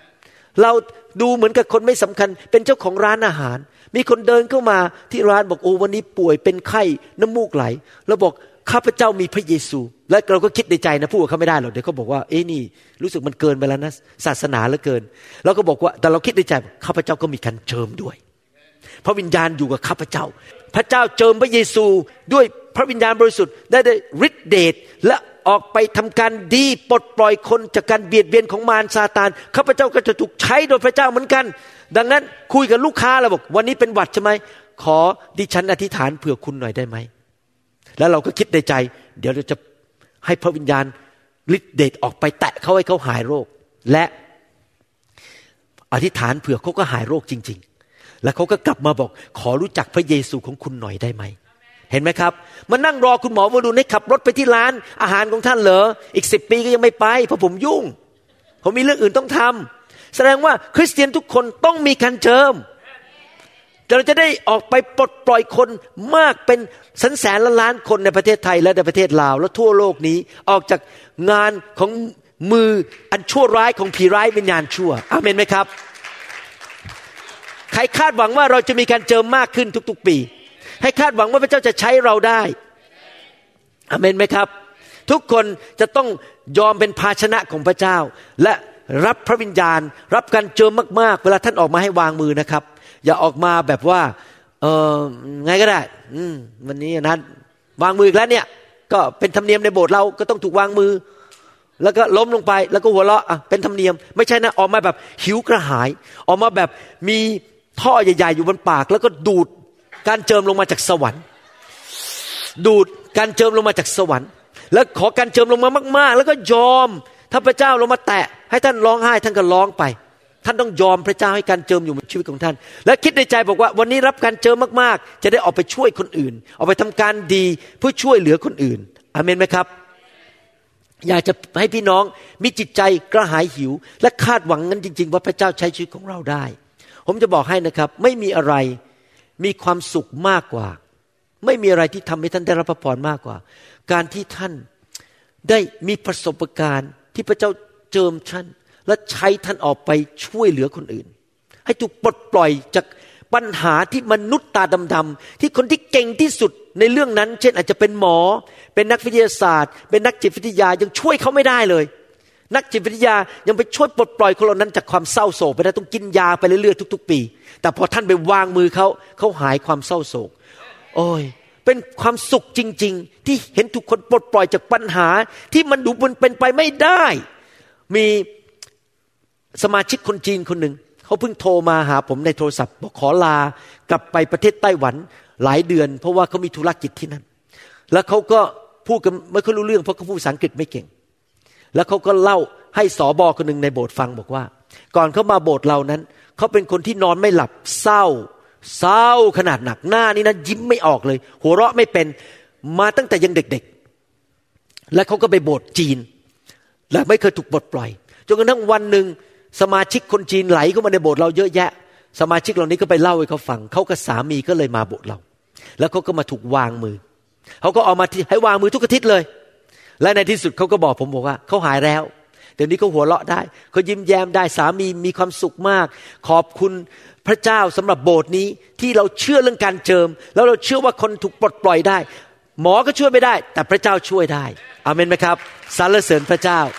เราดูเหมือนกับคนไม่สำคัญเป็นเจ้าของร้านอาหารมีคนเดินเข้ามาที่ร้านบอกโอ้วันนี้ป่วยเป็นไข้น้ำมูกไหลเราบอกข้าพเจ้ามีพระเยซูแล้วเราก็คิดในใจนะพูดกับเขาไม่ได้หรอกเดี๋ยวเขาบอกว่าเอ้นี่รู้สึกมันเกินไปแล้วนะศาสนาเหลือเกินเราก็บอกว่าแต่เราคิดในใจข้าพเจ้าก็มีการเจิมด้วยพระวิญญาณอยู่กับข้าพเจ้าพระเจ้าเจิมพระเยซูด้วยพระวิญญาณบริสุทธิ์ได้ได้ฤทธิเดชและออกไปทำการดีปลดปล่อยคนจากการเบียดเบียนของมารซาตานข้าพเจ้าก็จะถูกใช้โดยพระเจ้าเหมือนกันดังนั้นคุยกับลูกค้าเราบอกวันนี้เป็นหวัดใช่ไหมขอดิฉันอธิษฐานเผื่อคุณหน่อยได้ไหมแล้วเราก็คิดในใจเดี๋ยวเราจะให้พระวิญญาณฤทธิเดชออกไปแตะเขาให้เขาหายโรคและอธิษฐานเผื่อเขาก็หายโรคจริงๆแล้วเขาก็กลับมาบอกขอรู้จักพระเยซูของคุณหน่อยได้ไหมเห็นไหมครับมานั่งรอคุณหมอวรุณให้ขับรถไปที่ร้านอาหารของท่านเหรออีกสิบปีก็ยังไม่ไปเพราะผมยุ่งผมมีเรื่องอื่นต้องทำแสดงว่าคริสเตียนทุกคนต้องมีการเจิมเราจะได้ออกไปปลดปล่อยคนมากเป็นแสนแสนล้านคนในประเทศไทยและในประเทศลาวและทั่วโลกนี้ออกจากงานของมืออันชั่วร้ายของผีร้ายวิญญาณชั่วอาเมนไหมครับใครคาดหวังว่าเราจะมีการเจิมมากขึ้นทุกๆปีให้คาดหวังว่าพระเจ้าจะใช้เราได้อาเมนไหมครับทุกคนจะต้องยอมเป็นภาชนะของพระเจ้าและรับพระวิญญาณรับการเจิมมากๆเวลาท่านออกมาให้วางมือนะครับอย่าออกมาแบบว่าเออไงก็ได้อืมวันนี้นะวางมืออีกแล้วเนี่ยก็เป็นธรรมเนียมในโบสถ์เราก็ต้องถูกวางมือแล้วก็ล้มลงไปแล้วก็หัวเราะอ่ะเป็นธรรมเนียมไม่ใช่นะออกมาแบบหิวกระหายออกมาแบบมีท่อใหญ่ๆอยู่บนปากแล้วก็ดูดการเจิมลงมาจากสวรรค์ดูดการเจิมลงมาจากสวรรค์แล้วขอการเจิมลงมามากๆแล้วก็ยอมถ้าพระเจ้าลงมาแตะให้ท่านร้องไห้ท่านก็ร้องไปท่านต้องยอมพระเจ้าให้การเจิมอยู่ในชีวิตของท่านและคิดในใจบอกว่าวันนี้รับการเจิมมากๆจะได้ออกไปช่วยคนอื่นออกไปทำการดีเพื่อช่วยเหลือคนอื่นอาเมนไหมครับอยากจะให้พี่น้องมีจิตใจกระหายหิวและคาดหวังนั้นจริงๆว่าพระเจ้าใช้ชีวิตของเราได้ผมจะบอกให้นะครับไม่มีอะไรมีความสุขมากกว่าไม่มีอะไรที่ทำให้ท่านได้รับพระพรมากกว่าการที่ท่านได้มีประสบการณ์ที่พระเจ้าเจิมท่านและใช้ท่านออกไปช่วยเหลือคนอื่นให้ถูกปลดปล่อยจากปัญหาที่มนุษย์ตาดำๆที่คนที่เก่งที่สุดในเรื่องนั้นเช่นอาจจะเป็นหมอเป็นนักวิทยาศาสตร์เป็นนักจิตวิทยายังช่วยเขาไม่ได้เลยนักจิตวิทยายังไปช่วยปลดปล่อยคนเหล่านั้นจากความเศร้าโศกไปได้ต้องกินยาไปเรื่อยๆทุกๆปีแต่พอท่านไปวางมือเขาเขาหายความเศร้าโศกโอ้ยเป็นความสุขจริงๆที่เห็นทุกคนปลดปล่อยจากปัญหาที่มันดูมันเป็นไปไม่ได้มีสมาชิกคนจีนคนหนึ่งเขาเพิ่งโทรมาหาผมในโทรศัพท์บอกขอลากลับไปประเทศไต้หวันหลายเดือนเพราะว่าเขามีธุรกิจที่นั่นแล้วเขาก็พูดกันไม่ค่อยรู้เรื่องเพราะเขาพูดภาษาอังกฤษไม่เก่งแล้วเขาก็เล่าให้สบคนหนึ่งในโบสถ์ฟังบอกว่าก่อนเขามาโบสถ์เรานั้นเขาเป็นคนที่นอนไม่หลับเศร้าเศร้าขนาดหนักหน้านี่นะยิ้มไม่ออกเลยหัวเราะไม่เป็นมาตั้งแต่ยังเด็กๆแล้วเขาก็ไปโบสถ์จีนและไม่เคยถูกปลดปล่อยจนกระทั่งวันหนึ่งสมาชิกคนจีนไหลเข้ามาในโบสถ์เราเยอะแยะสมาชิกเหล่านี้ก็ไปเล่าให้เขาฟังเขากับสามีก็เลยมาโบสถ์เราแล้วเขาก็มาถูกวางมือเขาก็ออกมาให้วางมือทุกอาทิตย์เลยและในที่สุดเขาก็บอกผมบอกว่าเขาหายแล้วเดี๋ยวนี้เขาหัวเราะได้เขายิ้มแย้มได้สามีมีความสุขมากขอบคุณพระเจ้าสำหรับโบสถ์นี้ที่เราเชื่อเรื่องการเจิมแล้วเราเชื่อว่าคนถูกปลดปล่อยได้หมอก็ช่วยไม่ได้แต่พระเจ้าช่วยได้อาเมนไหมครับสรรเสริญพระเจ้า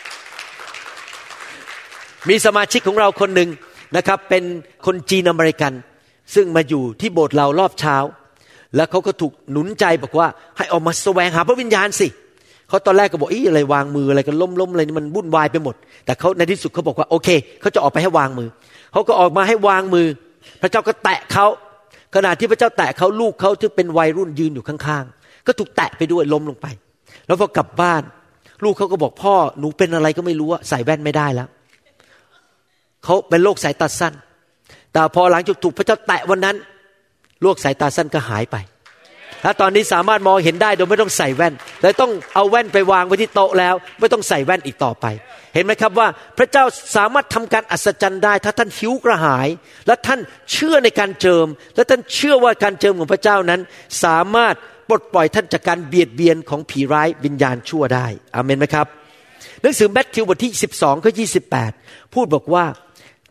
มีสมาชิกของเราคนหนึ่งนะครับเป็นคนจีนอเมริกันซึ่งมาอยู่ที่โบสถ์เรารอบเช้าแล้วเขาก็ถูกหนุนใจบอกว่าให้ออกมาแสวงหาพระวิญญาณสิเขาตอนแรกก็บอกอีอะไรวางมืออะไรกันล้มๆอะไรนี่มันวุ่นวายไปหมดแต่เขาในที่สุดเขาบอกว่าโอเคเขาจะออกไปให้วางมือเขาก็ออกมาให้วางมือพระเจ้าก็แตะเขาขณะที่พระเจ้าแตะเขาลูกเขาที่เป็นวัยรุ่นยืนอยู่ข้างๆก็ถูกแตะไปด้วยล้มลงไปแล้วพอกลับบ้านลูกเขาก็บอกพ่อหนูเป็นอะไรก็ไม่รู้อะใส่แว่นไม่ได้แล้วเขาเป็นโรคสายตาสั้นแต่พอหลังจากถูกพระเจ้าแตะวันนั้นโรคสายตาสั้นก็หายไปและตอนนี้สามารถมองเห็นได้โดยไม่ต้องใส่แว่นและต้องเอาแว่นไปวางไว้ที่โต๊ะแล้วไม่ต้องใส่แว่นอีกต่อไปเห็นไหมครับว่าพระเจ้าสามารถทำการอัศจรรย์ได้ถ้าท่านหิวกระหายและท่านเชื่อในการเจิมและท่านเชื่อว่าการเจิมของพระเจ้านั้นสามารถปลดปล่อยท่านจากการเบียดเบียนของผีร้ายวิญญาณชั่วได้อาเมนไหมครับหนังสือแมทธิวบทที่สิบสองข้อยี่สิบแปดพูดบอกว่า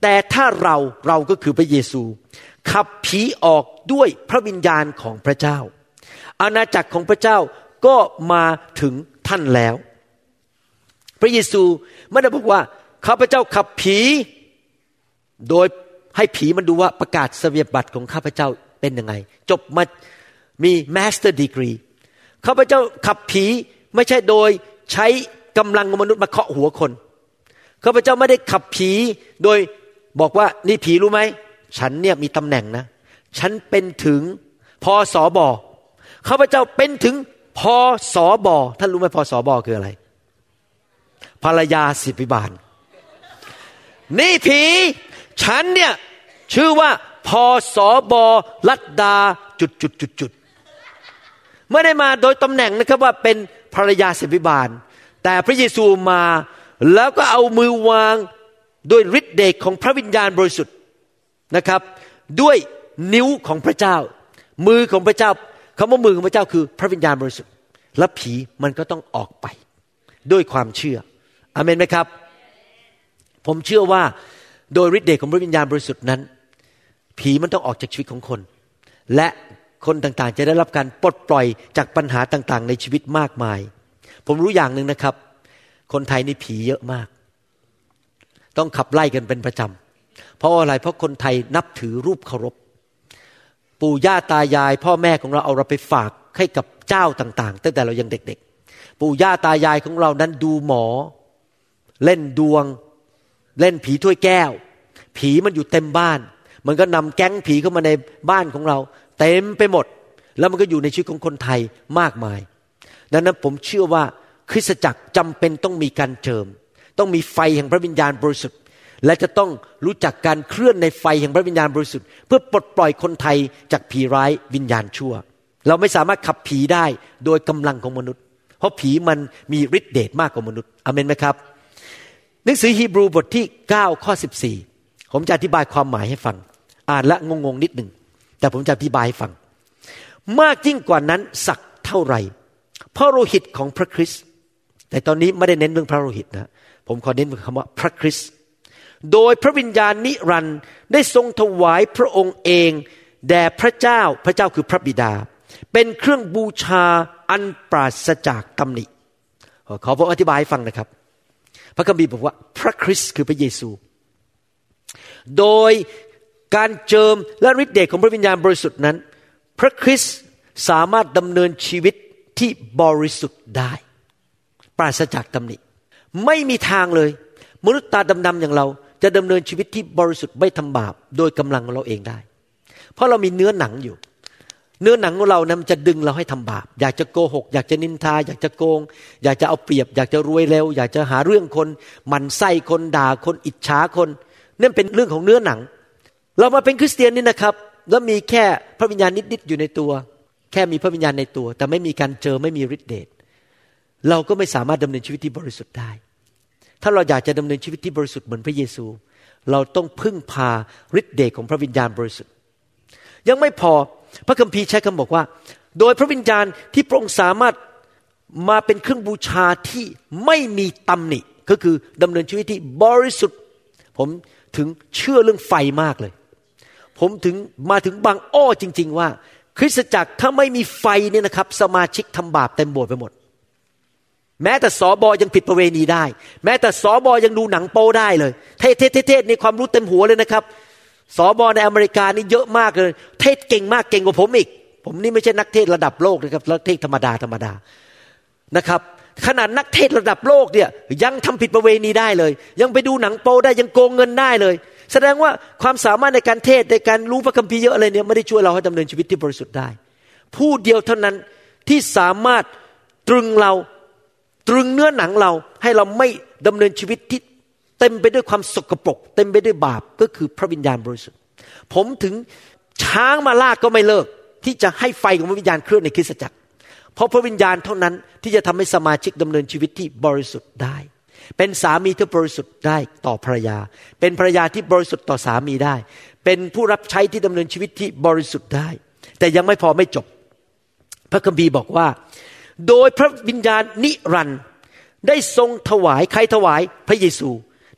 แต่ถ้าเราเราก็คือพระเยซูขับผีออกด้วยพระวิญญาณของพระเจ้าอาณาจักรของพระเจ้าก็มาถึงท่านแล้วพระเยซูไม่ได้บอกว่าข้าพเจ้าขับผีโดยให้ผีมันดูว่าประกาศสเวียบัตรของข้าพเจ้าเป็นยังไงจบมามีมาสเตอร์ดีกรีข้าพเจ้าขับผีไม่ใช่โดยใช้กำลังของมนุษย์มาเคาะหัวคนข้าพเจ้าไม่ได้ขับผีโดยบอกว่านี่ผีรู้ไหมฉันเนี่ยมีตำแหน่งนะฉันเป็นถึงพสบข้าพเจ้าเป็นถึงพสบท่านรู้ไหมพสบคืออะไรภรรยาสิบวิบาลนี่ผีฉันเนี่ยชื่อว่าพสบลัดดาจุดจุดจุดจุดไม่ได้มาโดยตำแหน่งนะครับว่าเป็นภรรยาสิบวิบาลแต่พระเยซูมาแล้วก็เอามือวางด้วยฤทธิ์เดชของพระวิญญาณบริสุทธิ์นะครับด้วยนิ้วของพระเจ้ามือของพระเจ้าคำว่ามือของพระเจ้าคือพระวิญญาณบริสุทธิ์และผีมันก็ต้องออกไปด้วยความเชื่ออาเมนไหมครับผมเชื่อว่าโดยฤทธิ์เดชของพระวิญญาณบริสุทธิ์นั้นผีมันต้องออกจากชีวิตของคนและคนต่างๆจะได้รับการปลดปล่อยจากปัญหาต่างๆในชีวิตมากมายผมรู้อย่างหนึ่งนะครับคนไทยนี่ผีเยอะมากต้องขับไล่กันเป็นประจำเพราะอะไรเพราะคนไทยนับถือรูปเคารพปู่ย่าตายายพ่อแม่ของเราเอาเราไปฝากให้กับเจ้าต่างๆตั้งแต่เรายังเด็กๆปู่ย่าตายายของเรานั้นดูหมอเล่นดวงเล่นผีถ้วยแก้วผีมันอยู่เต็มบ้านมันก็นำแก๊งผีเข้ามาในบ้านของเราเต็มไปหมดแล้วมันก็อยู่ในชีวิตของคนไทยมากมายดังนั้นผมเชื่อว่าคริสตจักรจำเป็นต้องมีการเจิมต้องมีไฟแห่งพระวิญญาณบริสุทธิ์และจะต้องรู้จักการเคลื่อนในไฟแห่งพระวิญญาณบริสุทธิ์เพื่อปลดปล่อยคนไทยจากผีร้ายวิญญาณชั่วเราไม่สามารถขับผีได้โดยกำลังของมนุษย์เพราะผีมันมีฤทธิ์เดชมากกว่ามนุษย์อาเมนไหมครับหนังสือฮีบรูบทที่เก้าข้อสิบสี่ผมจะอธิบายความหมายให้ฟังอ่านและงงๆนิดหนึ่งแต่ผมจะอธิบายให้ฟังมากยิ่งกว่านั้นสักเท่าไหร่พระโลหิตของพระคริสต์แต่ตอนนี้ไม่ได้เน้นเรื่องพระโลหิตนะผมขอเน้นคำว่าพระคริสต์โดยพระวิญญาณนิรันดร์ได้ทรงถวายพระองค์เองแด่พระเจ้าพระเจ้าคือพระบิดาเป็นเครื่องบูชาอันปราศจากตำหนิขอผมอธิบายให้ฟังนะครับพระคัมภีร์บอกว่าพระคริสต์คือพระเยซูโดยการเจิมและฤทธิ์เดชของพระวิญญาณบริสุทธิ์นั้นพระคริสต์สามารถดำเนินชีวิตที่บริสุทธิ์ได้ปราศจากตำหนิไม่มีทางเลยมนุษย์ตาดำๆอย่างเราจะดำเนินชีวิตที่บริสุทธิ์ไม่ทำบาปโดยกำลังของเราเองได้เพราะเรามีเนื้อหนังอยู่เนื้อหนังของเรานะมันจะดึงเราให้ทำบาปอยากจะโกหกอยากจะนินทาอยากจะโกงอยากจะเอาเปรียบอยากจะรวยเร็วอยากจะหาเรื่องคนหมั่นไส้คนด่าคนอิจฉาคนนั่นเป็นเรื่องของเนื้อหนังเรามาเป็นคริสเตียนนี่นะครับแล้วมีแค่พระวิญญาณนิดๆอยู่ในตัวแค่มีพระวิญญาณในตัวแต่ไม่มีการเจอไม่มีฤทธิ์เดชเราก็ไม่สามารถดำเนินชีวิตที่บริสุทธิ์ได้ถ้าเราอยากจะดำเนินชีวิตที่บริสุทธิ์เหมือนพระเยซูเราต้องพึ่งพาฤทธิ์เดชของพระวิญญาณบริสุทธิ์ยังไม่พอพระคัมภีร์ใช้คำบอกว่าโดยพระวิญญาณที่พระองค์สามารถมาเป็นเครื่องบูชาที่ไม่มีตำหนิก็คือดำเนินชีวิตที่บริสุทธิ์ผมถึงเชื่อเรื่องไฟมากเลยผมถึงมาถึงบางอ้อจริงๆว่าคริสตจักรถ้าไม่มีไฟเนี่ยนะครับสมาชิกทำบาปเต็มโบสถ์ไปหมดแม้แต่สบยังผิดประเวณีได้แม้แต่สบยังดูหนังโป๊ได้เลยเทศเทศเทศในความรู้เต็มหัวเลยนะครับสบในอเมริกานี่เยอะมากเลยเทศเก่งมากเก่งกว่าผมอีกผมนี่ไม่ใช่นักเทศระดับโลกนะครับแล้วเทศธรรมดาธรรมดานะครับขนาดนักเทศระดับโลกเนี่ยยังทำผิดประเวณีได้เลยยังไปดูหนังโป๊ได้ยังโกงเงินได้เลยแสดงว่าความสามารถในการเทศในการรู้พระคัมภีร์เยอะอะไรเนี่ยไม่ได้ช่วยเราให้ดำเนินชีวิตที่บริสุทธิ์ได้ผู้เดียวเท่านั้นที่สามารถตรึงเราตรึงเนื้อหนังเราให้เราไม่ดำเนินชีวิตที่เต็มไปด้วยความสกปรกเต็มไปด้วยบาปก็คือพระวิญญาณบริสุทธิ์ผมถึงช้างมาลากก็ไม่เลิกที่จะให้ไฟของพระวิญญาณเคลื่อนในคริสตจักรเพราะพระวิญญาณเท่านั้นที่จะทำให้สมาชิกดำเนินชีวิตที่บริสุทธิ์ได้เป็นสามีที่บริสุทธิ์ได้ต่อภรรยาเป็นภรรยาที่บริสุทธิ์ต่อสามีได้เป็นผู้รับใช้ที่ดำเนินชีวิตที่บริสุทธิ์ได้แต่ยังไม่พอไม่จบพระคัมภีร์บอกว่าโดยพระวิญญาณนิรันดร์ได้ทรงถวายใครถวายพระเยซู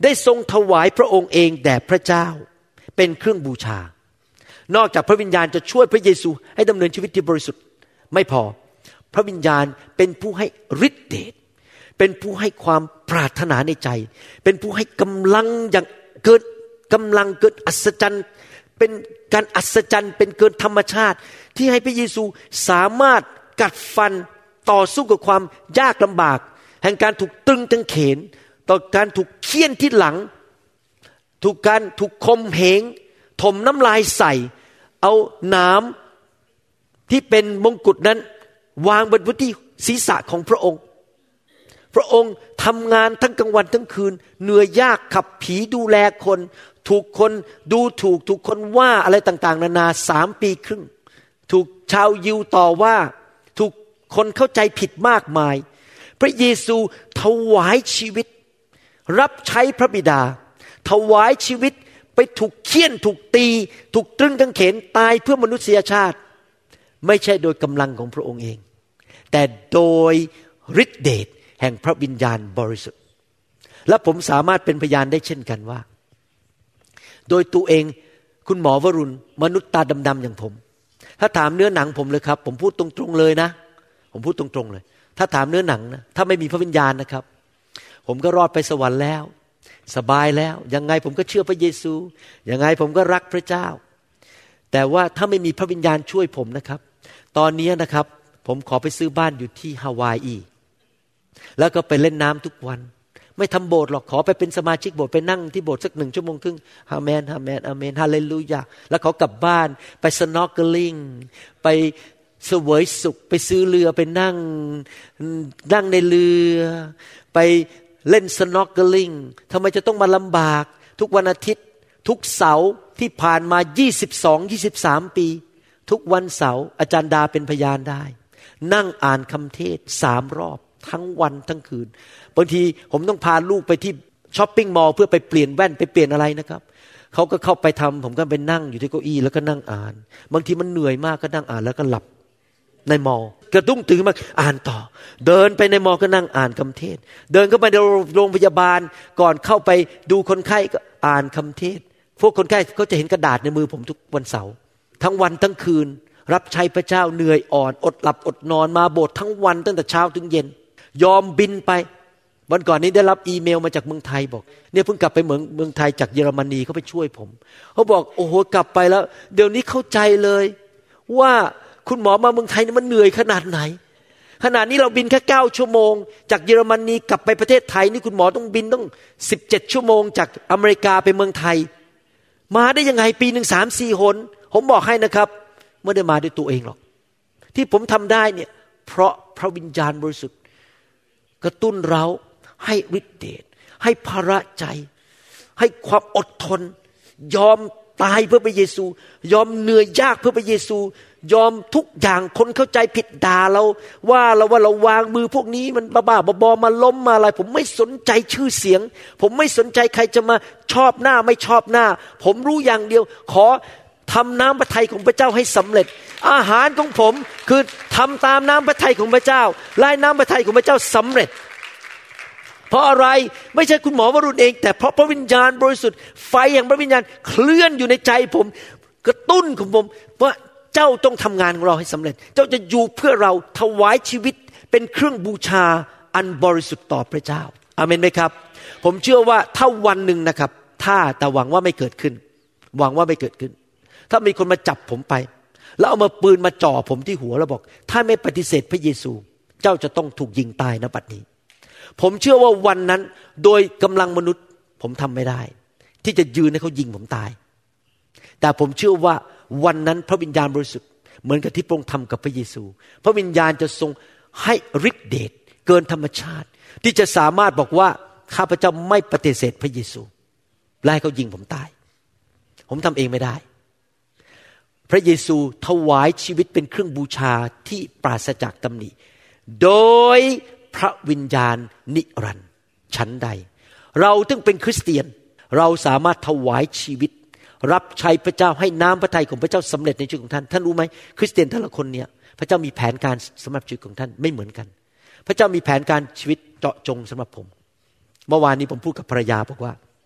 ได้ทรงถวายพระองค์เองแด่พระเจ้าเป็นเครื่องบูชานอกจากพระวิญญาณจะช่วยพระเยซูให้ดำเนินชีวิตที่บริสุทธิ์ไม่พอพระวิญญาณเป็นผู้ให้ฤทธิเดชเป็นผู้ให้ความปรารถนาในใจเป็นผู้ให้กำลังอย่างเกินกำลังเกินอัศจรรย์เป็นการอัศจรรย์เป็นเกินธรรมชาติที่ให้พระเยซูสามารถกัดฟันต่อสู้กับความยากลำบากแห่งการถูกตรึงกางเขนต่อการถูกเฆี่ยนที่หลังถูกการถูกคมเหงถมน้ำลายใส่เอาหนามที่เป็นมงกุฎนั้นวางบนที่ศีรษะของพระองค์พระองค์ทำงานทั้งกลางวันทั้งคืนเหนื่อยยากขับผีดูแลคนถูกคนดูถูกถูกคนว่าอะไรต่างๆนานาสามปีครึ่งถูกชาวยิวต่อว่าถูกคนเข้าใจผิดมากมายพระเยซูถวายชีวิตรับใช้พระบิดาถวายชีวิตไปถูกเฆี่ยนถูกตีถูกตรึงกางเขนตายเพื่อมนุษยชาติไม่ใช่โดยกำลังของพระองค์เองแต่โดยฤทธิเดชแห่งพระวิญญาณบริสุทธิ์และผมสามารถเป็นพยานได้เช่นกันว่าโดยตัวเองคุณหมอวรุณมนุษย์ตาดำๆอย่างผมถ้าถามเนื้อหนังผมเลยครับผมพูดตรงๆเลยนะผมพูดตรงๆเลยถ้าถามเนื้อหนังนะถ้าไม่มีพระวิญญาณนะครับผมก็รอดไปสวรรค์แล้วสบายแล้วยังไงผมก็เชื่อพระเยซูยังไงผมก็รักพระเจ้าแต่ว่าถ้าไม่มีพระวิญญาณช่วยผมนะครับตอนนี้นะครับผมขอไปซื้อบ้านอยู่ที่ฮาวายแล้วก็ไปเล่นน้ำทุกวันไม่ทำโบสถ์หรอกขอไปเป็นสมาชิกโบสถ์ไปนั่งที่โบสถ์สักหนึ่งชั่วโมงครึ่งอาเมนอาเมนอาเมนฮาเลลูยาแล้วเขากลับบ้านไปสโนว์เกิลลิ่งไปเสวยสุขไปซื้อเรือไปนั่งนั่งในเรือไปเล่นสโนว์เกิลลิ่งทำไมจะต้องมาลำบากทุกวันอาทิตย์ทุกเสาร์ที่ผ่านมายี่สิบสอง ยี่สิบสามปีทุกวันเสาร์อาจารย์ดาเป็นพยานได้นั่งอ่านคำเทศสามรอบทั้งวันทั้งคืนบางทีผมต้องพาลูกไปที่ช้อปปิ้งมอลล์เพื่อไปเปลี่ยนแว่นไปเปลี่ยนอะไรนะครับเขาก็เข้าไปทำผมก็ไปนั่งอยู่ที่เก้าอี้แล้วก็นั่งอ่านบางทีมันเหนื่อยมากก็นั่งอ่านแล้วก็หลับในมอลล์กระตุ้งตื่นมาอ่านต่อเดินไปในมอลล์ก็นั่งอ่านคำเทศเดินเข้าไปในโรงพยาบาลก่อนเข้าไปดูคนไข้ก็อ่านคำเทศพวกคนไข้เขาจะเห็นกระดาษในมือผมทุกวันเสาร์ทั้งวันทั้งคืนรับใช้พระเจ้าเหนื่อยอ่อนอดหลับอดนอนมาโบสถ์ทั้งวันตั้งแต่เช้าถึงเย็นยอมบินไปวันก่อนนี้ได้รับอีเมลมาจากเมืองไทยบอกเนี่ยเพิ่งกลับไปเมืองเมืองไทยจากเยอรมนีเขาไปช่วยผมเขาบอกโอ้โหกลับไปแล้วเดี๋ยวนี้เข้าใจเลยว่าคุณหมอมาเมืองไทยนี่มันเหนื่อยขนาดไหนขนาดนี้เราบินแค่เก้าชั่วโมงจากเยอรมนีกลับไปประเทศไทยนี่คุณหมอต้องบินต้องสิบเจ็ดชั่วโมงจากอเมริกาไปเมืองไทยมาได้ยังไงปีหนึ่งสามสี่หนผมบอกให้นะครับไม่ได้มาด้วยตัวเองหรอกที่ผมทำได้เนี่ยเพราะพระวิญญาณบริสุทธิ์กระตุ้นเราให้ฤทธิเดชให้ภาระใจให้ความอดทนยอมตายเพื่อพระเยซูยอมเหนื่อยยากเพื่อพระเยซูยอมทุกอย่างคนเข้าใจผิดด่าเราว่าเราว่าเราวางมือพวกนี้มันบ้าๆบอๆมาล้มมาอะไรผมไม่สนใจชื่อเสียงผมไม่สนใจใครจะมาชอบหน้าไม่ชอบหน้าผมรู้อย่างเดียวขอทำน้ำพระทัยของพระเจ้าให้สำเร็จอาหารของผมคือทำตามน้ำพระทัยของพระเจ้าและน้ำพระทัยของพระเจ้าสำเร็จเพราะอะไรไม่ใช่คุณหมอวรุณเองแต่เพราะพระวิญญาณบริสุทธิ์ไฟแห่งพระวิญญาณเคลื่อนอยู่ในใจผมกระตุ้นของผมว่าเจ้าต้องทำงานของเราให้สำเร็จเจ้าจะอยู่เพื่อเราถวายชีวิตเป็นเครื่องบูชาอันบริสุทธิ์ต่อพระเจ้าอาเมนไหมครับผมเชื่อว่าถ้าวันหนึ่งนะครับถ้าแต่หวังว่าไม่เกิดขึ้นหวังว่าไม่เกิดขึ้นถ้ามีคนมาจับผมไปแล้วเอามาปืนมาจ่อผมที่หัวแล้วบอกถ้าไม่ปฏิเสธพระเยซูเจ้าจะต้องถูกยิงตายณบัดนี้ผมเชื่อว่าวันนั้นโดยกำลังมนุษย์ผมทำไม่ได้ที่จะยืนให้เขายิงผมตายแต่ผมเชื่อว่าวันนั้นพระวิญญาณบริสุทธิ์เหมือนกับที่พระองค์ทำกับพระเยซูพระวิญญาณจะทรงให้ฤทธิเดชเกินธรรมชาติที่จะสามารถบอกว่าข้าพเจ้าไม่ปฏิเสธพระเยซูและให้เขายิงผมตายผมทำเองไม่ได้พระเยซูถวายชีวิตเป็นเครื่องบูชาที่ปราศจากตำหนิโดยพระวิญญาณนิรันดร์ชั้นใดเราถึงเป็นคริสเตียนเราสามารถถวายชีวิตรับใช้พระเจ้าให้น้ำพระทัยของพระเจ้าสำเร็จในชีวิตของท่านท่านรู้ไหมคริสเตียนแต่ละคนเนี่ยพระเจ้ามีแผนการสำหรับชีวิตของท่านไม่เหมือนกันพระเจ้ามีแผนการชีวิตเจาะจงสำหรับผมเมื่อวานนี้ผมพูดกับภรรยาบอกว่า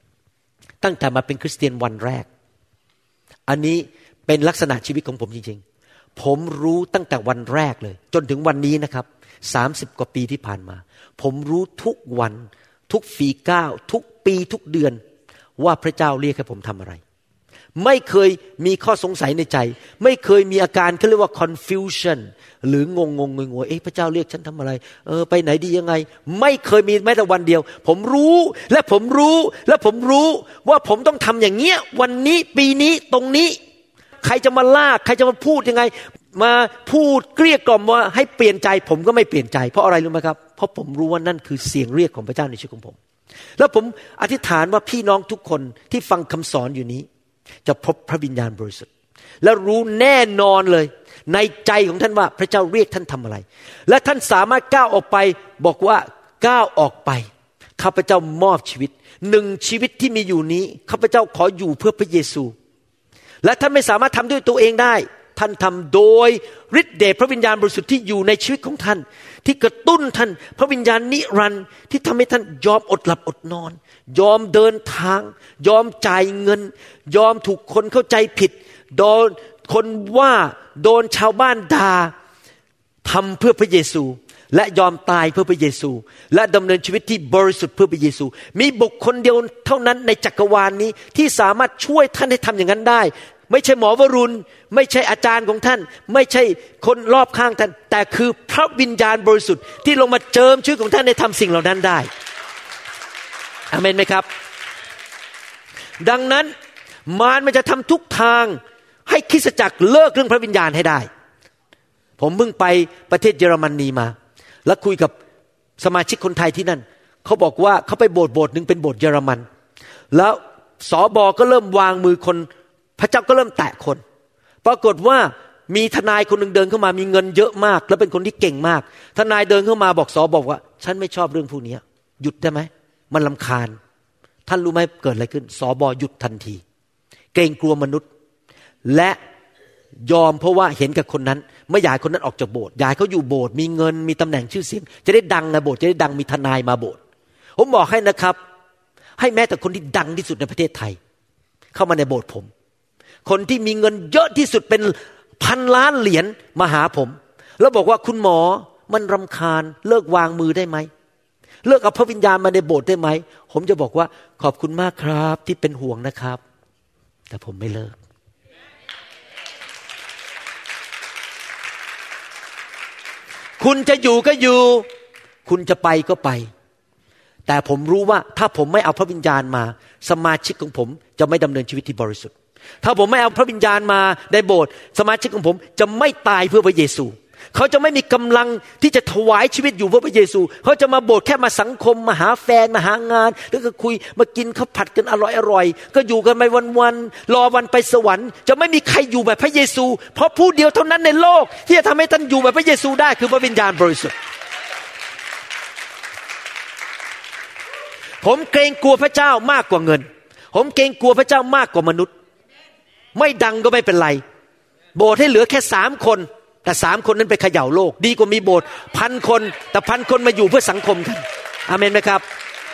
ตั้งแต่มาเป็นคริสเตียนวันแรกอันนี้เป็นลักษณะชีวิตของผมจริงๆผมรู้ตั้งแต่วันแรกเลยจนถึงวันนี้นะครับสามสิบกว่าปีที่ผ่านมาผมรู้ทุกวันทุกฝีก้าวทุกปีทุกเดือนว่าพระเจ้าเรียกให้ผมทำอะไรไม่เคยมีข้อสงสัยในใจไม่เคยมีอาการเขาเรียกว่า confusion หรืองงงงงงเอ๊ะพระเจ้าเรียกฉันทำอะไรเออไปไหนดียังไงไม่เคยมีแม้แต่วันเดียวผมรู้และผมรู้และผมรู้ว่าผมต้องทำอย่างเงี้ยวันนี้ปีนี้ตรงนี้ใครจะมาลากใครจะมาพูดยังไงมาพูดเกลี้ยกล่อมว่าให้เปลี่ยนใจผมก็ไม่เปลี่ยนใจเพราะอะไรรู้ไหมครับเพราะผมรู้ว่านั่นคือเสียงเรียกของพระเจ้าในชีวิตของผมแล้วผมอธิษฐานว่าพี่น้องทุกคนที่ฟังคำสอนอยู่นี้จะพบพระวิญญาณบริสุทธิ์และรู้แน่นอนเลยในใจของท่านว่าพระเจ้าเรียกท่านทำอะไรและท่านสามารถก้าวออกไปบอกว่าก้าวออกไปข้าพเจ้ามอบชีวิตหนึ่งชีวิตที่มีอยู่นี้ข้าพเจ้าขออยู่เพื่อพระเยซูและท่านไม่สามารถทำด้วยตัวเองได้ท่านทำโดยฤทธิ์เดชพระวิญญาณบริสุทธิ์ที่อยู่ในชีวิตของท่านที่กระตุ้นท่านพระวิญญาณนิรันดร์ที่ทำให้ท่านยอมอดหลับอดนอนยอมเดินทางยอมจ่ายเงินยอมถูกคนเข้าใจผิดโดนคนว่าโดนชาวบ้านด่าทำเพื่อพระเยซูและยอมตายเพื่อพระเยซูและดำเนินชีวิตที่บริสุทธิ์เพื่อพระเยซูมีบุคคลเดียวเท่านั้นในจักรวาลนี้ที่สามารถช่วยท่านให้ทำอย่างนั้นได้ไม่ใช่หมอวรุณไม่ใช่อาจารย์ของท่านไม่ใช่คนรอบข้างท่านแต่คือพระวิญญาณบริสุทธิ์ที่ลงมาเจิมชีวิตของท่านให้ทำสิ่งเหล่านั้นได้อาเมนไหมครับดังนั้นมารมันจะทำทุกทางให้คริสตจักรเลิกเรื่องพระวิญญาณให้ได้ผมเพิ่งไปประเทศเยอรมนีมาแล้วคุยกับสมาชิกคนไทยที่นั่นเขาบอกว่าเขาไปโบสถ์โบสถ์นึงเป็นโบสถ์เยอรมันแล้วสบก็เริ่มวางมือคนพระเจ้าก็เริ่มแตะคนปรากฏว่ามีทนายคนนึงเดินเข้ามามีเงินเยอะมากและเป็นคนที่เก่งมากทนายเดินเข้ามาบอกสบบอกว่าฉันไม่ชอบเรื่องพวกนี้หยุดได้ไหมมันรำคาญท่านรู้ไหมเกิดอะไรขึ้นสบหยุดทันทีเกรงกลัวมนุษย์และยอมเพราะว่าเห็นกับคนนั้นไม่อยากคนนั้นออกจากโบสถ์อยากเขาอยู่โบสถ์มีเงินมีตำแหน่งชื่อเสียงจะได้ดังในโบสถ์จะได้ดังมีทนายมาโบสถ์ผมบอกให้นะครับให้แม้แต่คนที่ดังที่สุดในประเทศไทยเข้ามาในโบสถ์ผมคนที่มีเงินเยอะที่สุดเป็นพันล้านเหรียญมาหาผมแล้วบอกว่าคุณหมอมันรำคาญเลิกวางมือได้ไหมเลิกเอาพระวิญญาณมาในโบสถ์ได้ไหมผมจะบอกว่าขอบคุณมากครับที่เป็นห่วงนะครับแต่ผมไม่เลิกคุณจะอยู่ก็อยู่คุณจะไปก็ไปแต่ผมรู้ว่าถ้าผมไม่เอาพระวิญญาณมาสมาชิกของผมจะไม่ดำเนินชีวิตที่บริสุทธิ์ถ้าผมไม่เอาพระวิญญาณมาในโบสถ์สมาชิกของผมจะไม่ตายเพื่อพระเยซูเขาจะไม่มีกำลังที่จะถวายชีวิตอยู่เพื่อพระเยซูเขาจะมาโบสถ์แค่มาสังคมมาหาแฟนมาหางานแล้วก็คุยมากินข้าวผัดกันอร่อยๆก็อยู่กันไปวันๆรอวันไปสวรรค์จะไม่มีใครอยู่แบบพระเยซูเพราะผู้เดียวเท่านั้นในโลกที่จะทำให้ท่านอยู่แบบพระเยซูได้คือพระวิญญาณบริสุทธิ์ผมเกรงกลัวพระเจ้ามากกว่าเงินผมเกรงกลัวพระเจ้ามากกว่ามนุษย์ไม่ดังก็ไม่เป็นไรโบสถ์ให้เหลือแค่สามคนแต่สามคนนั้นไปเขย่าโลกดีกว่ามีโบสถ์พันคนแต่พันคนมาอยู่เพื่อสังคมกันอาเมนไหมครับ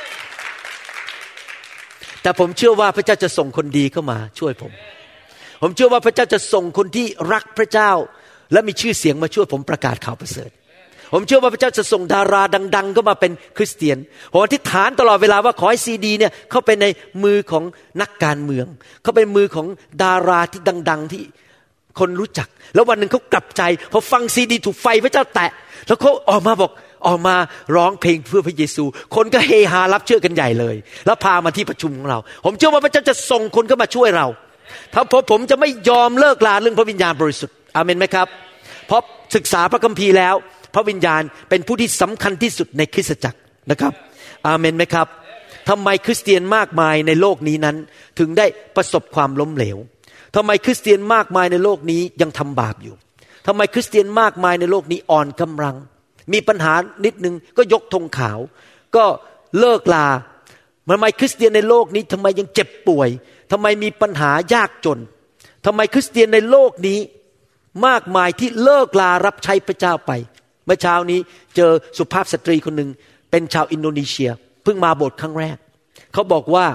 แต่ผมเชื่อว่าพระเจ้าจะส่งคนดีเข้ามาช่วยผมผมเชื่อว่าพระเจ้าจะส่งคนที่รักพระเจ้าและมีชื่อเสียงมาช่วยผมประกาศข่าวประเสริฐผมเชื่อว่าพระเจ้าจะส่งดาราดังๆเข้ามาเป็นคริสเตียนผมอธิษฐานตลอดเวลาว่าขอให้ซีดีเนี่ยเข้าไปในมือของนักการเมืองเข้าไปในมือของดาราที่ดังๆที่คนรู้จักแล้ววันหนึ่งเขากลับใจพอฟังซีดีถูกไฟพระเจ้าแตะแล้วเขาออกมาบอกออกมาร้องเพลงเพื่อพระเยซูคนก็เฮฮารับเชื่อกันใหญ่เลยแล้วพามาที่ประชุมของเราผมเชื่อว่าพระเจ้าจะส่งคนเข้ามาช่วยเราถ้าเพราะผมจะไม่ยอมเลิกลาเรื่องพระวิญญาณบริสุทธิ์อาเมนไหมครับเพราะศึกษาพระคัมภีร์แล้วพระวิญญาณเป็นผู้ที่สำคัญที่สุดในคริสตจักรนะครับอาเมนไหมครับทำไมคริสเตียนมากมายในโลกนี้นั้นถึงได้ประสบความล้มเหลวทำไมคริสเตียนมากมายในโลกนี้ยังทำบาปอยู่ทำไมคริสเตียนมากมายในโลกนี้อ่อนกำลังมีปัญหานิดนึงก็ยกธงขาวก็เลิกลาทำไมคริสเตียนในโลกนี้ทำไมยังเจ็บป่วยทำไมมีปัญหายากจนทำไมคริสเตียนในโลกนี้มากมายที่เลิกลารับใช้พระเจ้าไปเมื่อเช้านี้เจอสุภาพสตรีคนหนึ่งเป็นชาวอินโดนีเซียเพิ่งมาโบสถ์ครั้งแรกเขาบอกว่า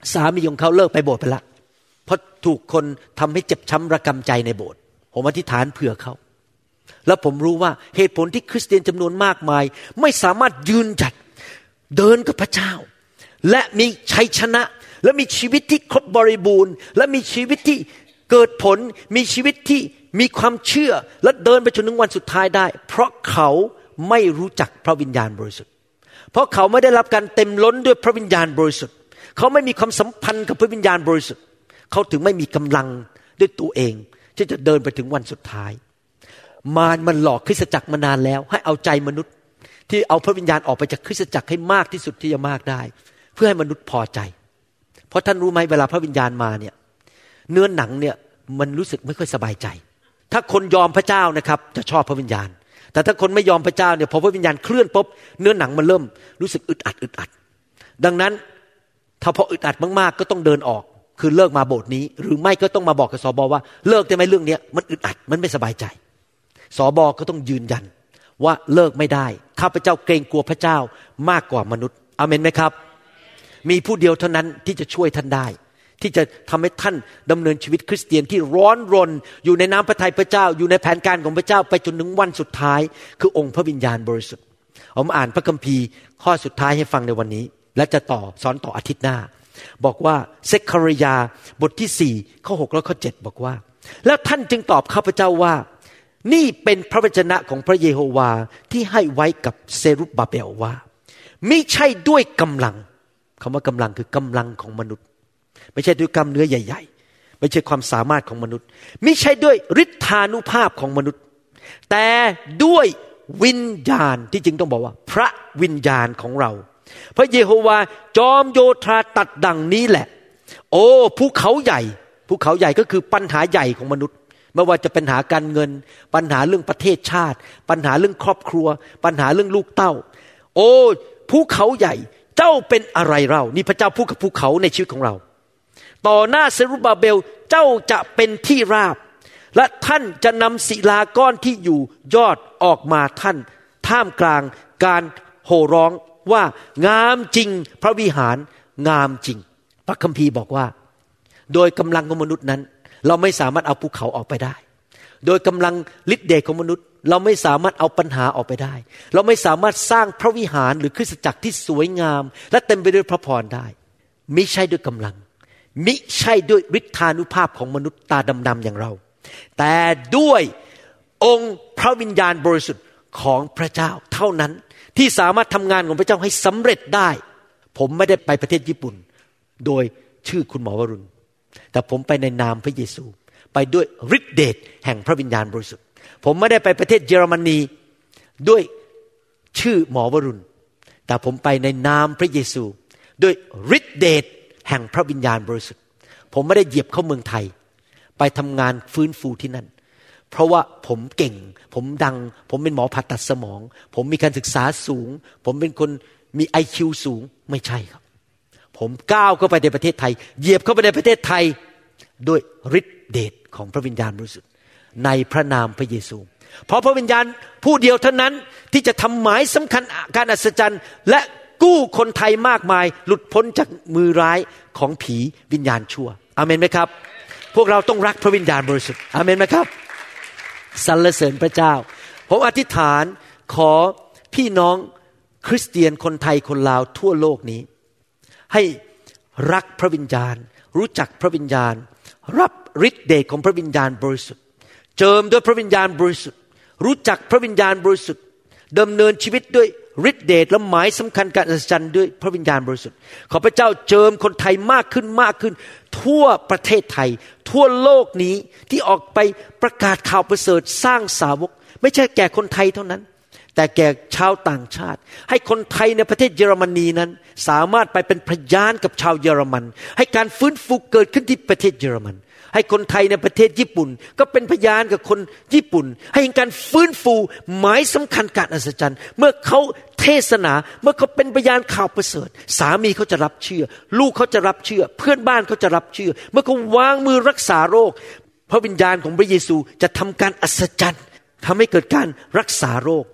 สามีของเขาเลิกไปโบสถ์ไปละเพราะถูกคนทำให้เจ็บช้ำระกำใจในโบสถ์ผมอธิษฐานเผื่อเขาแล้วผมรู้ว่าเหตุผลที่คริสเตียนจำนวนมากมายไม่สามารถยืนหยัดเดินกับพระเจ้าและมีชัยชนะและมีชีวิตที่ครบบริบูรณ์และมีชีวิตที่เกิดผลมีชีวิตที่มีความเชื่อและเดินไปจนถึงวันสุดท้ายได้เพราะเขาไม่รู้จักพระวิญญาณบริสุทธิ์เพราะเขาไม่ได้รับการเต็มล้นด้วยพระวิญญาณบริสุทธิ์เขาไม่มีความสัมพันธ์กับพระวิญญาณบริสุทธิ์เขาถึงไม่มีกำลังด้วยตัวเองที่จะเดินไปถึงวันสุดท้ายมารมันหลอกคริสตจักรมานานแล้วให้เอาใจมนุษย์ที่เอาพระวิญญาณออกไปจากคริสตจักรให้มากที่สุดที่จะมากได้เพื่อให้มนุษย์พอใจเพราะท่านรู้ไหมเวลาพระวิญญาณมาเนี่ยเนื้อหนังเนี่ยมันรู้สึกไม่ค่อยสบายใจถ้าคนยอมพระเจ้านะครับจะชอบพระวิญญาณแต่ถ้าคนไม่ยอมพระเจ้าเนี่ยพอพระวิญญาณเคลื่อนปุ๊บเนื้อหนังมันเริ่มรู้สึกอึดอัดอึดอัดดังนั้นถ้าพออึดอัดมากๆก็ต้องเดินออกคือเลิกมาโบสถ์นี้หรือไม่ก็ต้องมาบอกกับสบว่าเลิกได้ไหมเรื่องนี้มันอึดอัดมันไม่สบายใจสบก็ต้องยืนยันว่าเลิกไม่ได้ข้าพเจ้าเกรงกลัวพระเจ้ามากกว่ามนุษย์อาเมนไหมครับมีผู้เดียวเท่านั้นที่จะช่วยท่านได้ที่จะทำให้ท่านดำเนินชีวิตคริสเตียนที่ร้อนรนอยู่ในน้ำพระทัยพระเจ้าอยู่ในแผนการของพระเจ้าไปจนถึงวันสุดท้ายคือองค์พระวิญญาณบริสุทธิ์ผมอ่านพระคัมภีร์ข้อสุดท้ายให้ฟังในวันนี้และจะต่อสอนต่ออาทิตย์หน้าบอกว่าเซคาริยาบทที่สี่ข้อหกและข้อเจ็ดบอกว่าแล้วท่านจึงตอบข้าพเจ้าว่านี่เป็นพระวจนะของพระเยโฮวาที่ให้ไว้กับเซรุบบาเบลว่าไม่ใช่ด้วยกำลังคำว่ากำลังคือกำลังของมนุษย์ไม่ใช่ด้วยกล้ามเนื้อใหญ่ๆไม่ใช่ความสามารถของมนุษย์ไม่ใช่ด้วยฤทธานุภาพของมนุษย์แต่ด้วยวิญญาณที่จริงต้องบอกว่าพระวิญญาณของเราพระเยโฮวาจอมโยธาตัดดังนี้แหละโอ้ภูเขาใหญ่ภูเขาใหญ่ก็คือปัญหาใหญ่ของมนุษย์ไม่ว่าจะปัญหาการเงินปัญหาเรื่องประเทศชาติปัญหาเรื่องครอบครัวปัญหาเรื่องลูกเต้าโอ้ภูเขาใหญ่เจ้าเป็นอะไรเรานี่พระเจ้าพูดกับภูเขาในชีวิตของเราต่อหน้าเซรุบบาเบลเจ้าจะเป็นที่ราบและท่านจะนำศิลาก้อนที่อยู่ยอดออกมาท่านท่ามกลางการโห่ร้องว่างามจริงพระวิหารงามจริงพระคัมภีร์บอกว่าโดยกำลังของมนุษย์นั้นเราไม่สามารถเอาภูเขาออกไปได้โดยกำลังฤทธิ์เดชของมนุษย์เราไม่สามารถเอาปัญหาออกไปได้เราไม่สามารถสร้างพระวิหารหรือคริสตจักรที่สวยงามและเต็มไปด้วยพระพรได้ไม่ใช่ด้วยกำลังมิใช่ด้วยฤทธานุภาพของมนุษย์ตาดำๆอย่างเราแต่ด้วยองค์พระวิญญาณบริสุทธิ์ของพระเจ้าเท่านั้นที่สามารถทำงานของพระเจ้าให้สำเร็จได้ผมไม่ได้ไปประเทศญี่ปุ่นโดยชื่อคุณหมอวรุณแต่ผมไปในนามพระเยซูไปด้วยฤทธิเดชแห่งพระวิญญาณบริสุทธิ์ผมไม่ได้ไปประเทศเยอรมนีด้วยชื่อหมอวรุณแต่ผมไปในนามพระเยซูด้วยฤทธิเดชแห่งพระวิญญาณบริสุทธิ์ผมไม่ได้เหยียบเข้าเมืองไทยไปทำงานฟื้นฟูที่นั่นเพราะว่าผมเก่งผมดังผมเป็นหมอผ่าตัดสมองผมมีการศึกษาสูงผมเป็นคนมี ไอ คิว สูงไม่ใช่ครับผมก้าวเข้าไปในประเทศไทยเหยียบเข้าไปในประเทศไทยด้วยฤทธิเดชของพระวิญญาณบริสุทธิ์ในพระนามพระเยซูเพราะพระวิญญาณผู้เดียวเท่านั้นที่จะทำหมายสำคัญการอัศจรรย์และกู้คนไทยมากมายหลุดพ้นจากมือร้ายของผีวิญญาณชั่วอาเมนไหมครับพวกเราต้องรักพระวิญญาณบริสุทธิ์อาเมนไหมครับสรรเสริญพระเจ้าผมอธิษฐานขอพี่น้องคริสเตียนคนไทยคนลาวทั่วโลกนี้ให้รักพระวิญญาณรู้จักพระวิญญาณรับฤทธิ์เดชของพระวิญญาณบริสุทธิ์เจิมด้วยพระวิญญาณบริสุทธิ์รู้จักพระวิญญาณบริสุทธิ์ดำเนินชีวิตด้วยฤทธิ์เดชและหมายสำคัญการอัศจรรย์ด้วยพระวิญญาณบริสุทธิ์ขอพระเจ้าเจิมคนไทยมากขึ้นมากขึ้นทั่วประเทศไทยทั่วโลกนี้ที่ออกไปประกาศข่าวประเสริฐสร้างสาวกไม่ใช่แก่คนไทยเท่านั้นแต่แก่ชาวต่างชาติให้คนไทยในประเทศเยอรมนีนั้นสามารถไปเป็นพยานกับชาวเยอรมันให้การฟื้นฟูเกิดขึ้นที่ประเทศเยอรมันให้คนไทยในประเทศญี่ปุ่นก็เป็นพยานกับคนญี่ปุ่นให้การฟื้นฟูหมายสำคัญการอัศจรรย์เมื่อเขาเทศนาเมื่อเขาเป็นพยานข่าวประเสริฐสามีเขาจะรับเชื่อลูกเขาจะรับเชื่อเพื่อนบ้านเขาจะรับเชื่อเมื่อเขาวางมือรักษาโรคพระวิญญาณของพระเยซูจะทำการอัศจรรย์ทำให้เกิดการรักษาโรค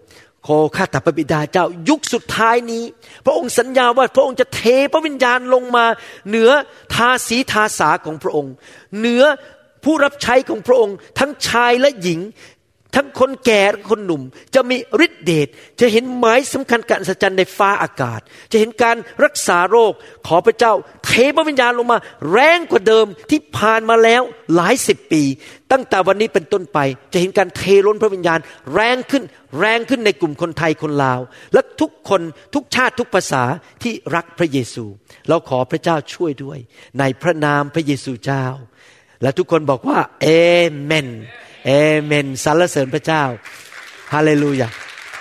โคข้าแต่พระบิดาเจ้ายุคสุดท้ายนี้พระองค์สัญญาว่าพระองค์จะเทพระวิญญาณลงมาเหนือทาสีทาสาของพระองค์เหนือผู้รับใช้ของพระองค์ทั้งชายและหญิงทั้งคนแก่และคนหนุ่มจะมีฤทธิเดชจะเห็นหมายสำคัญการอัศจรรย์ในฟ้าอากาศจะเห็นการรักษาโรคขอพระเจ้าเทพระวิญญาณลงมาแรงกว่าเดิมที่ผ่านมาแล้วหลายสิบปีตั้งแต่วันนี้เป็นต้นไปจะเห็นการเทล้นพระวิญญาณแรงขึ้นแรงขึ้นในกลุ่มคนไทยคนลาวและทุกคนทุกชาติทุกภาษาที่รักพระเยซูเราขอพระเจ้าช่วยด้วยในพระนามพระเยซูเจ้าและทุกคนบอกว่าเอเมนเอเมนสรรเสริญพระเจ้าฮาเลลูยา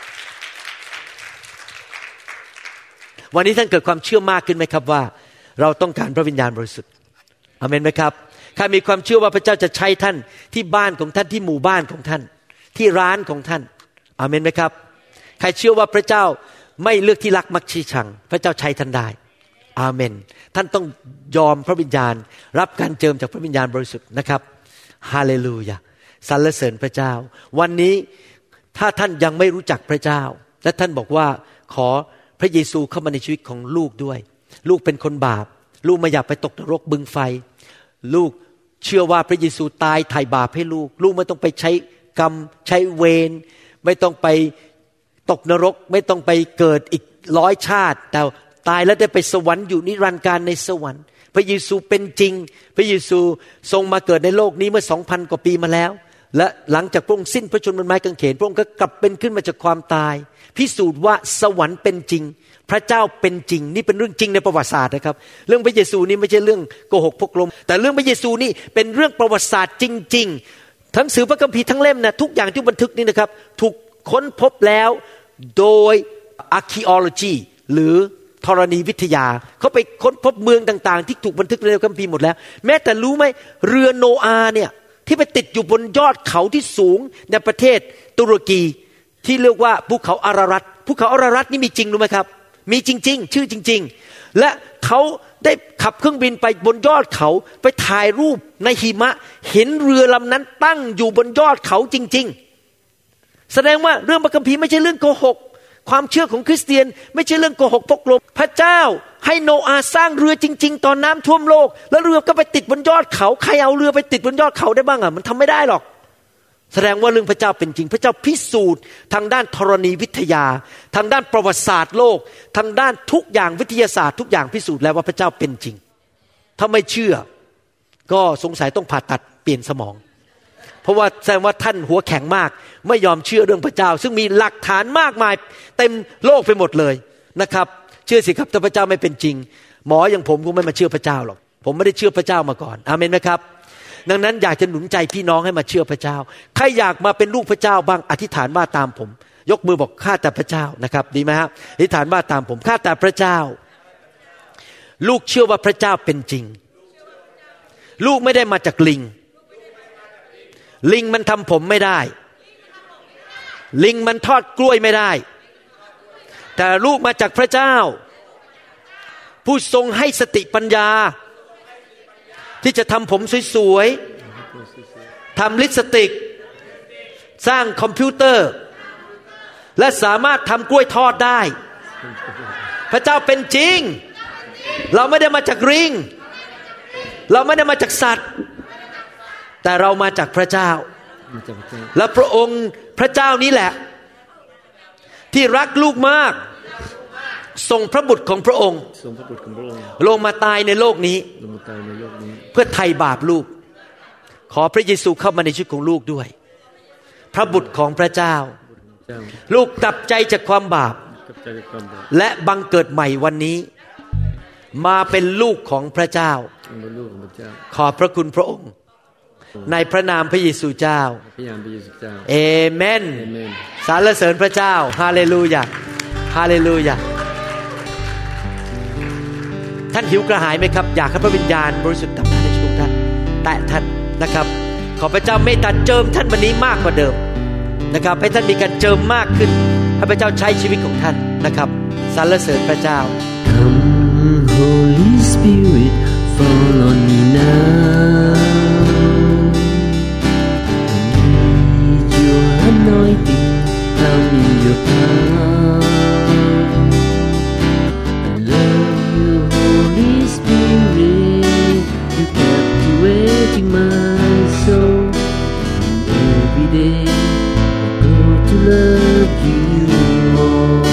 วันนี้ท่านเกิดความเชื่อมากขึ้นไหมครับว่าเราต้องการพระวิญญาณบริสุทธิ์อาเมนไหมครับใครมีความเชื่อว่าพระเจ้าจะใช้ท่านที่บ้านของท่านที่หมู่บ้านของท่านที่ร้านของท่านอาเมนไหมครับใครเชื่อว่าพระเจ้าไม่เลือกที่รักมักชี้ชังพระเจ้าใช้ท่านได้อาเมนท่านต้องยอมพระวิญญาณรับการเจิมจากพระวิญญาณบริสุทธิ์นะครับฮาเลลูยาสรรเสริญพระเจ้าวันนี้ถ้าท่านยังไม่รู้จักพระเจ้าและท่านบอกว่าขอพระเยซูเข้ามาในชีวิตของลูกด้วยลูกเป็นคนบาปลูกไม่อยากไปตกนรกบึงไฟลูกเชื่อว่าพระเยซูตายไถ่บาปให้ลูกลูกไม่ต้องไปใช้กรรมใช้เวรไม่ต้องไปตกนรกไม่ต้องไปเกิดอีกร้อยชาติแต่ตายแล้วได้ไปสวรรค์อยู่นิรันดร์กาลในสวรรค์พระเยซูเป็นจริงพระเยซูทรงมาเกิดในโลกนี้เมื่อ สองพัน กว่าปีมาแล้วและหลังจากพระองค์สิ้นพระชนม์บนไม้กางเขนพระองค์ก็กลับเป็นขึ้นมาจากความตายพิสูจน์ว่าสวรรค์เป็นจริงพระเจ้าเป็นจริงนี่เป็นเรื่องจริงในประวัติศาสตร์นะครับเรื่องพระเยซูนี่ไม่ใช่เรื่องโกหกพกลมแต่เรื่องพระเยซูนี่เป็นเรื่องประวัติศาสตร์จริงๆทั้งสื่อพระคัมภีร์ทั้งเล่มนะทุกอย่างที่บันทึกนี่นะครับถูกค้นพบแล้วโดย archaeology หรือธรณีวิทยาเขาไปค้นพบเมืองต่างๆที่ถูกบันทึกในพระคัมภีร์หมดแล้วแม้แต่รู้ไหมเรือโนอาห์เนี่ยที่ไปติดอยู่บนยอดเขาที่สูงในประเทศตุรกีที่เรียกว่าภูเขาอารารัตภูเขาอารารัตนี่มีจริงรู้ไหมครับมีจริงๆชื่อจริงๆและเขาได้ขับเครื่องบินไปบนยอดเขาไปถ่ายรูปในหิมะเห็นเรือลำนั้นตั้งอยู่บนยอดเขาจริงๆแสดงว่าเรื่องพระคัมภีร์ไม่ใช่เรื่องโกหกความเชื่อของคริสเตียนไม่ใช่เรื่องโกหกพกลมพระเจ้าให้โนอาห์สร้างเรือจริงๆตอนน้ำท่วมโลกแล้วเรือก็ไปติดบนยอดเขาใครเอาเรือไปติดบนยอดเขาได้บ้างอ่ะมันทำไม่ได้หรอกแสดงว่าเรื่องพระเจ้าเป็นจริงพระเจ้าพิสูจน์ทางด้านธรณีวิทยาทางด้านประวัติศาสตร์โลกทางด้านทุกอย่างวิทยาศาสตร์ทุกอย่างพิสูจน์แล้วว่าพระเจ้าเป็นจริงถ้าไม่เชื่อก็สงสัยต้องผ่าตัดเปลี่ยนสมองเพราะว่าแสดงว่าท่านหัวแข็งมากไม่ยอมเชื่อเรื่องพระเจ้าซึ่งมีหลักฐานมากมายเต็มโลกไปหมดเลยนะครับเชื่อสิครับถ้าพระเจ้าไม่เป็นจริงหมออย่างผมคงไม่มาเชื่อพระเจ้าหรอกผมไม่ได้เชื่อพระเจ้ามาก่อนอาเมนไหมครับดังนั้นอยากจะหนุนใจพี่น้องให้มาเชื่อพระเจ้าใครอยากมาเป็นลูกพระเจ้าบ้างอธิษฐานว่าตามผมยกมือบอกข้าแต่พระเจ้านะครับดีไหมครับอธิษฐานว่าตามผมข้าแต่พระเจ้าลูกเชื่อว่าพระเจ้าเป็นจริงลูกไม่ได้มาจากลิงลิงมันทำผมไม่ได้ลิงมันทอดกล้วยไม่ได้แต่ลูกมาจากพระเจ้าผู้ทรงให้สติปัญญาที่จะทำผมสวยๆทำลิปสติกสร้างคอมพิวเตอร์และสามารถทำกล้วยทอดได้พระเจ้าเป็นจริงเราไม่ได้มาจากลิงเราไม่ได้มาจากสัตว์แต่เรามาจากพระเจ้าและพระองค์พระเจ้านี้แหละที่รักลูกมากส่งพระบุตรของพระองค์ลงมาตายในโลกนี้เพื่อไถ่บาปลูกขอพระเยซูเข้ามาในชีวิตของลูกด้วยพระบุตรของพระเจ้าลูกกลับใจจากความบาปและบังเกิดใหม่วันนี้มาเป็นลูกของพระเจ้าขอบพระคุณพระองค์ในพระนามพระเยซูเจ้าเอเมนสรรเสริญพระเจ้าฮาเลลูยาฮาเลลูยาท่านหิวกระหายไหมครับอยากให้พระวิญญาณบริสุทธิ์ทำงานในชีวิตท่านแตะท่านนะครับขอพระเจ้าเมตตาเจิมท่านวันนี้มากกว่าเดิมนะครับให้ท่านมีการเจิมมากขึ้นให้พระเจ้าใช้ชีวิตของท่านนะครับสรรเสริญพระเจ้า Come Holy Spirit fall on me now.Anointing come in your power. I love you, Holy Spirit. You captivating my soul. Every day I go to love you more.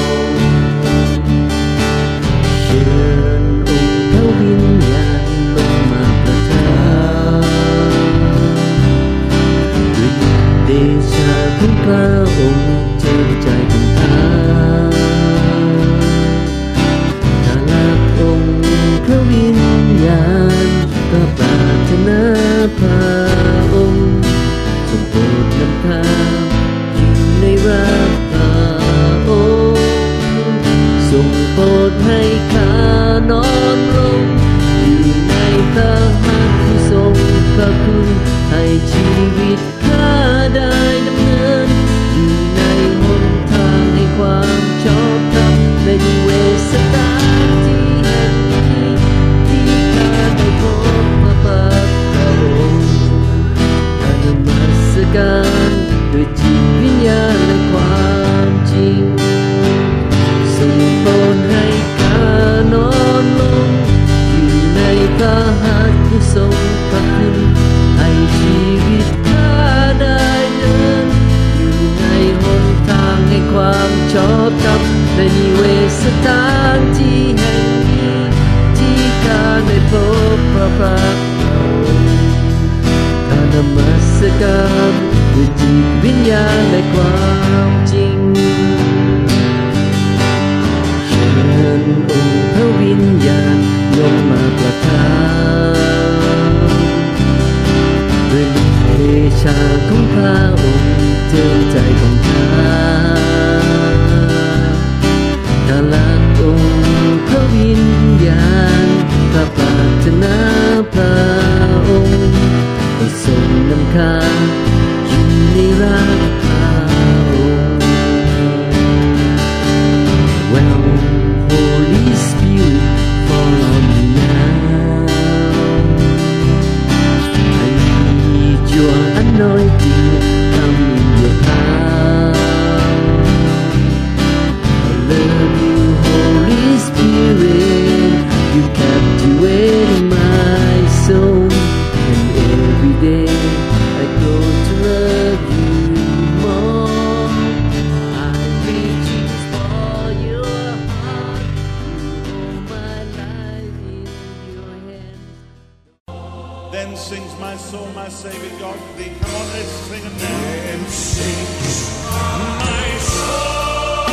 เชิญองค์พระวิญญาณลงมาประทับด้วยเดชะของพระองค์เจิมใจของข้าถ้าลักองค์พระวิญญาณก็ปรารถนาพระองค์ทรงโปรดนำทางอยู่ในรักพระองค์ทรงโปรดให้ข้านอนลงอยู่ในพระหัตถ์ผู้ทรงพระคุณให้ชีวิตข้าได้ดำเนินอยู่ในหนทางให้ความชอบธรรมและนิเวศสถานที่แห่งนี้ที่ข้าได้พบพระพักตร์พระองค์ข้านมัสการด้วยจิตวิญญาณและความจริงทรงโปรดให้ข้านอนลงอยู่ในพระหัตถ์ผู้ทรงพระคุณให้ชีวิตข้าได้เดินอยู่ในหนทางให้ความชอบธรรมและนิเวศสถานที่แห่งนี้ที่ข้าได้พบพระพักตร์พระองค์ข้านมัสการด้วยจิตวิญญาณและความจริงเชิญองค์พระวิญญาณลงมาประทับด้วยฤทธิ์เดชะของพระองค์เจิมใจของข้าถ้าลักองค์พระวิญญาณข้าปรารถนาพระองค์ให้ทรงนำข้าอยู่ในรักพระองค์ Well, Holy Spirit, fall on me now. I need your anointing, come in your power. I love you, Holy Spirit. You captivate my soul, and every day I go to love you more. I'm reaching for your heart. You hold my life in your hands. Then sings my soul, my Savior God to thee. Come on, let's sing it now. Then sings my soul,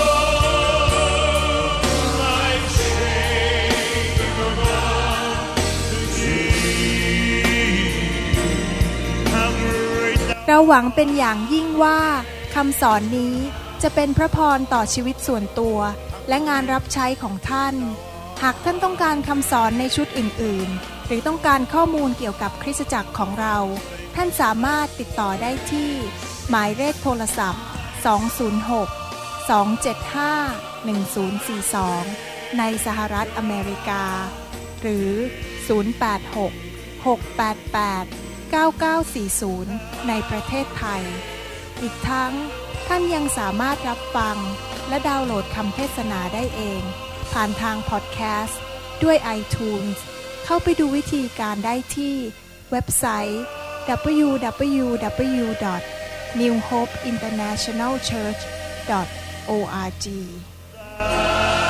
my Savior God to thee. How great thou เราหวังเป็นอย่างยิ่งว่าคำสอนนี้จะเป็นพระพรต่อชีวิตส่วนตัวและงานรับใช้ของท่าน หากท่านต้องการคำสอนในชุดอื่นๆหรือต้องการข้อมูลเกี่ยวกับคริสตจักรของเรา ท่านสามารถติดต่อได้ที่หมายเลขโทรศัพท์ สอง ศูนย์ หก สอง เจ็ด ห้า หนึ่ง ศูนย์ สี่ สอง ในสหรัฐอเมริกา หรือ ศูนย์ แปด หก หก แปด แปด เก้า เก้า สี่ ศูนย์ ในประเทศไทย อีกทั้งท่านยังสามารถรับฟังและดาวน์โหลดคำเทศนาได้เอง ผ่านทางพอดแคสต์ด้วย iTunes เข้าไปดูวิธีการได้ที่เว็บไซต์ ดับเบิลยู ดับเบิลยู ดับเบิลยู ดอท นิว โฮป อินเตอร์เนชั่นแนล เชิร์ช ดอท โอ อาร์ จี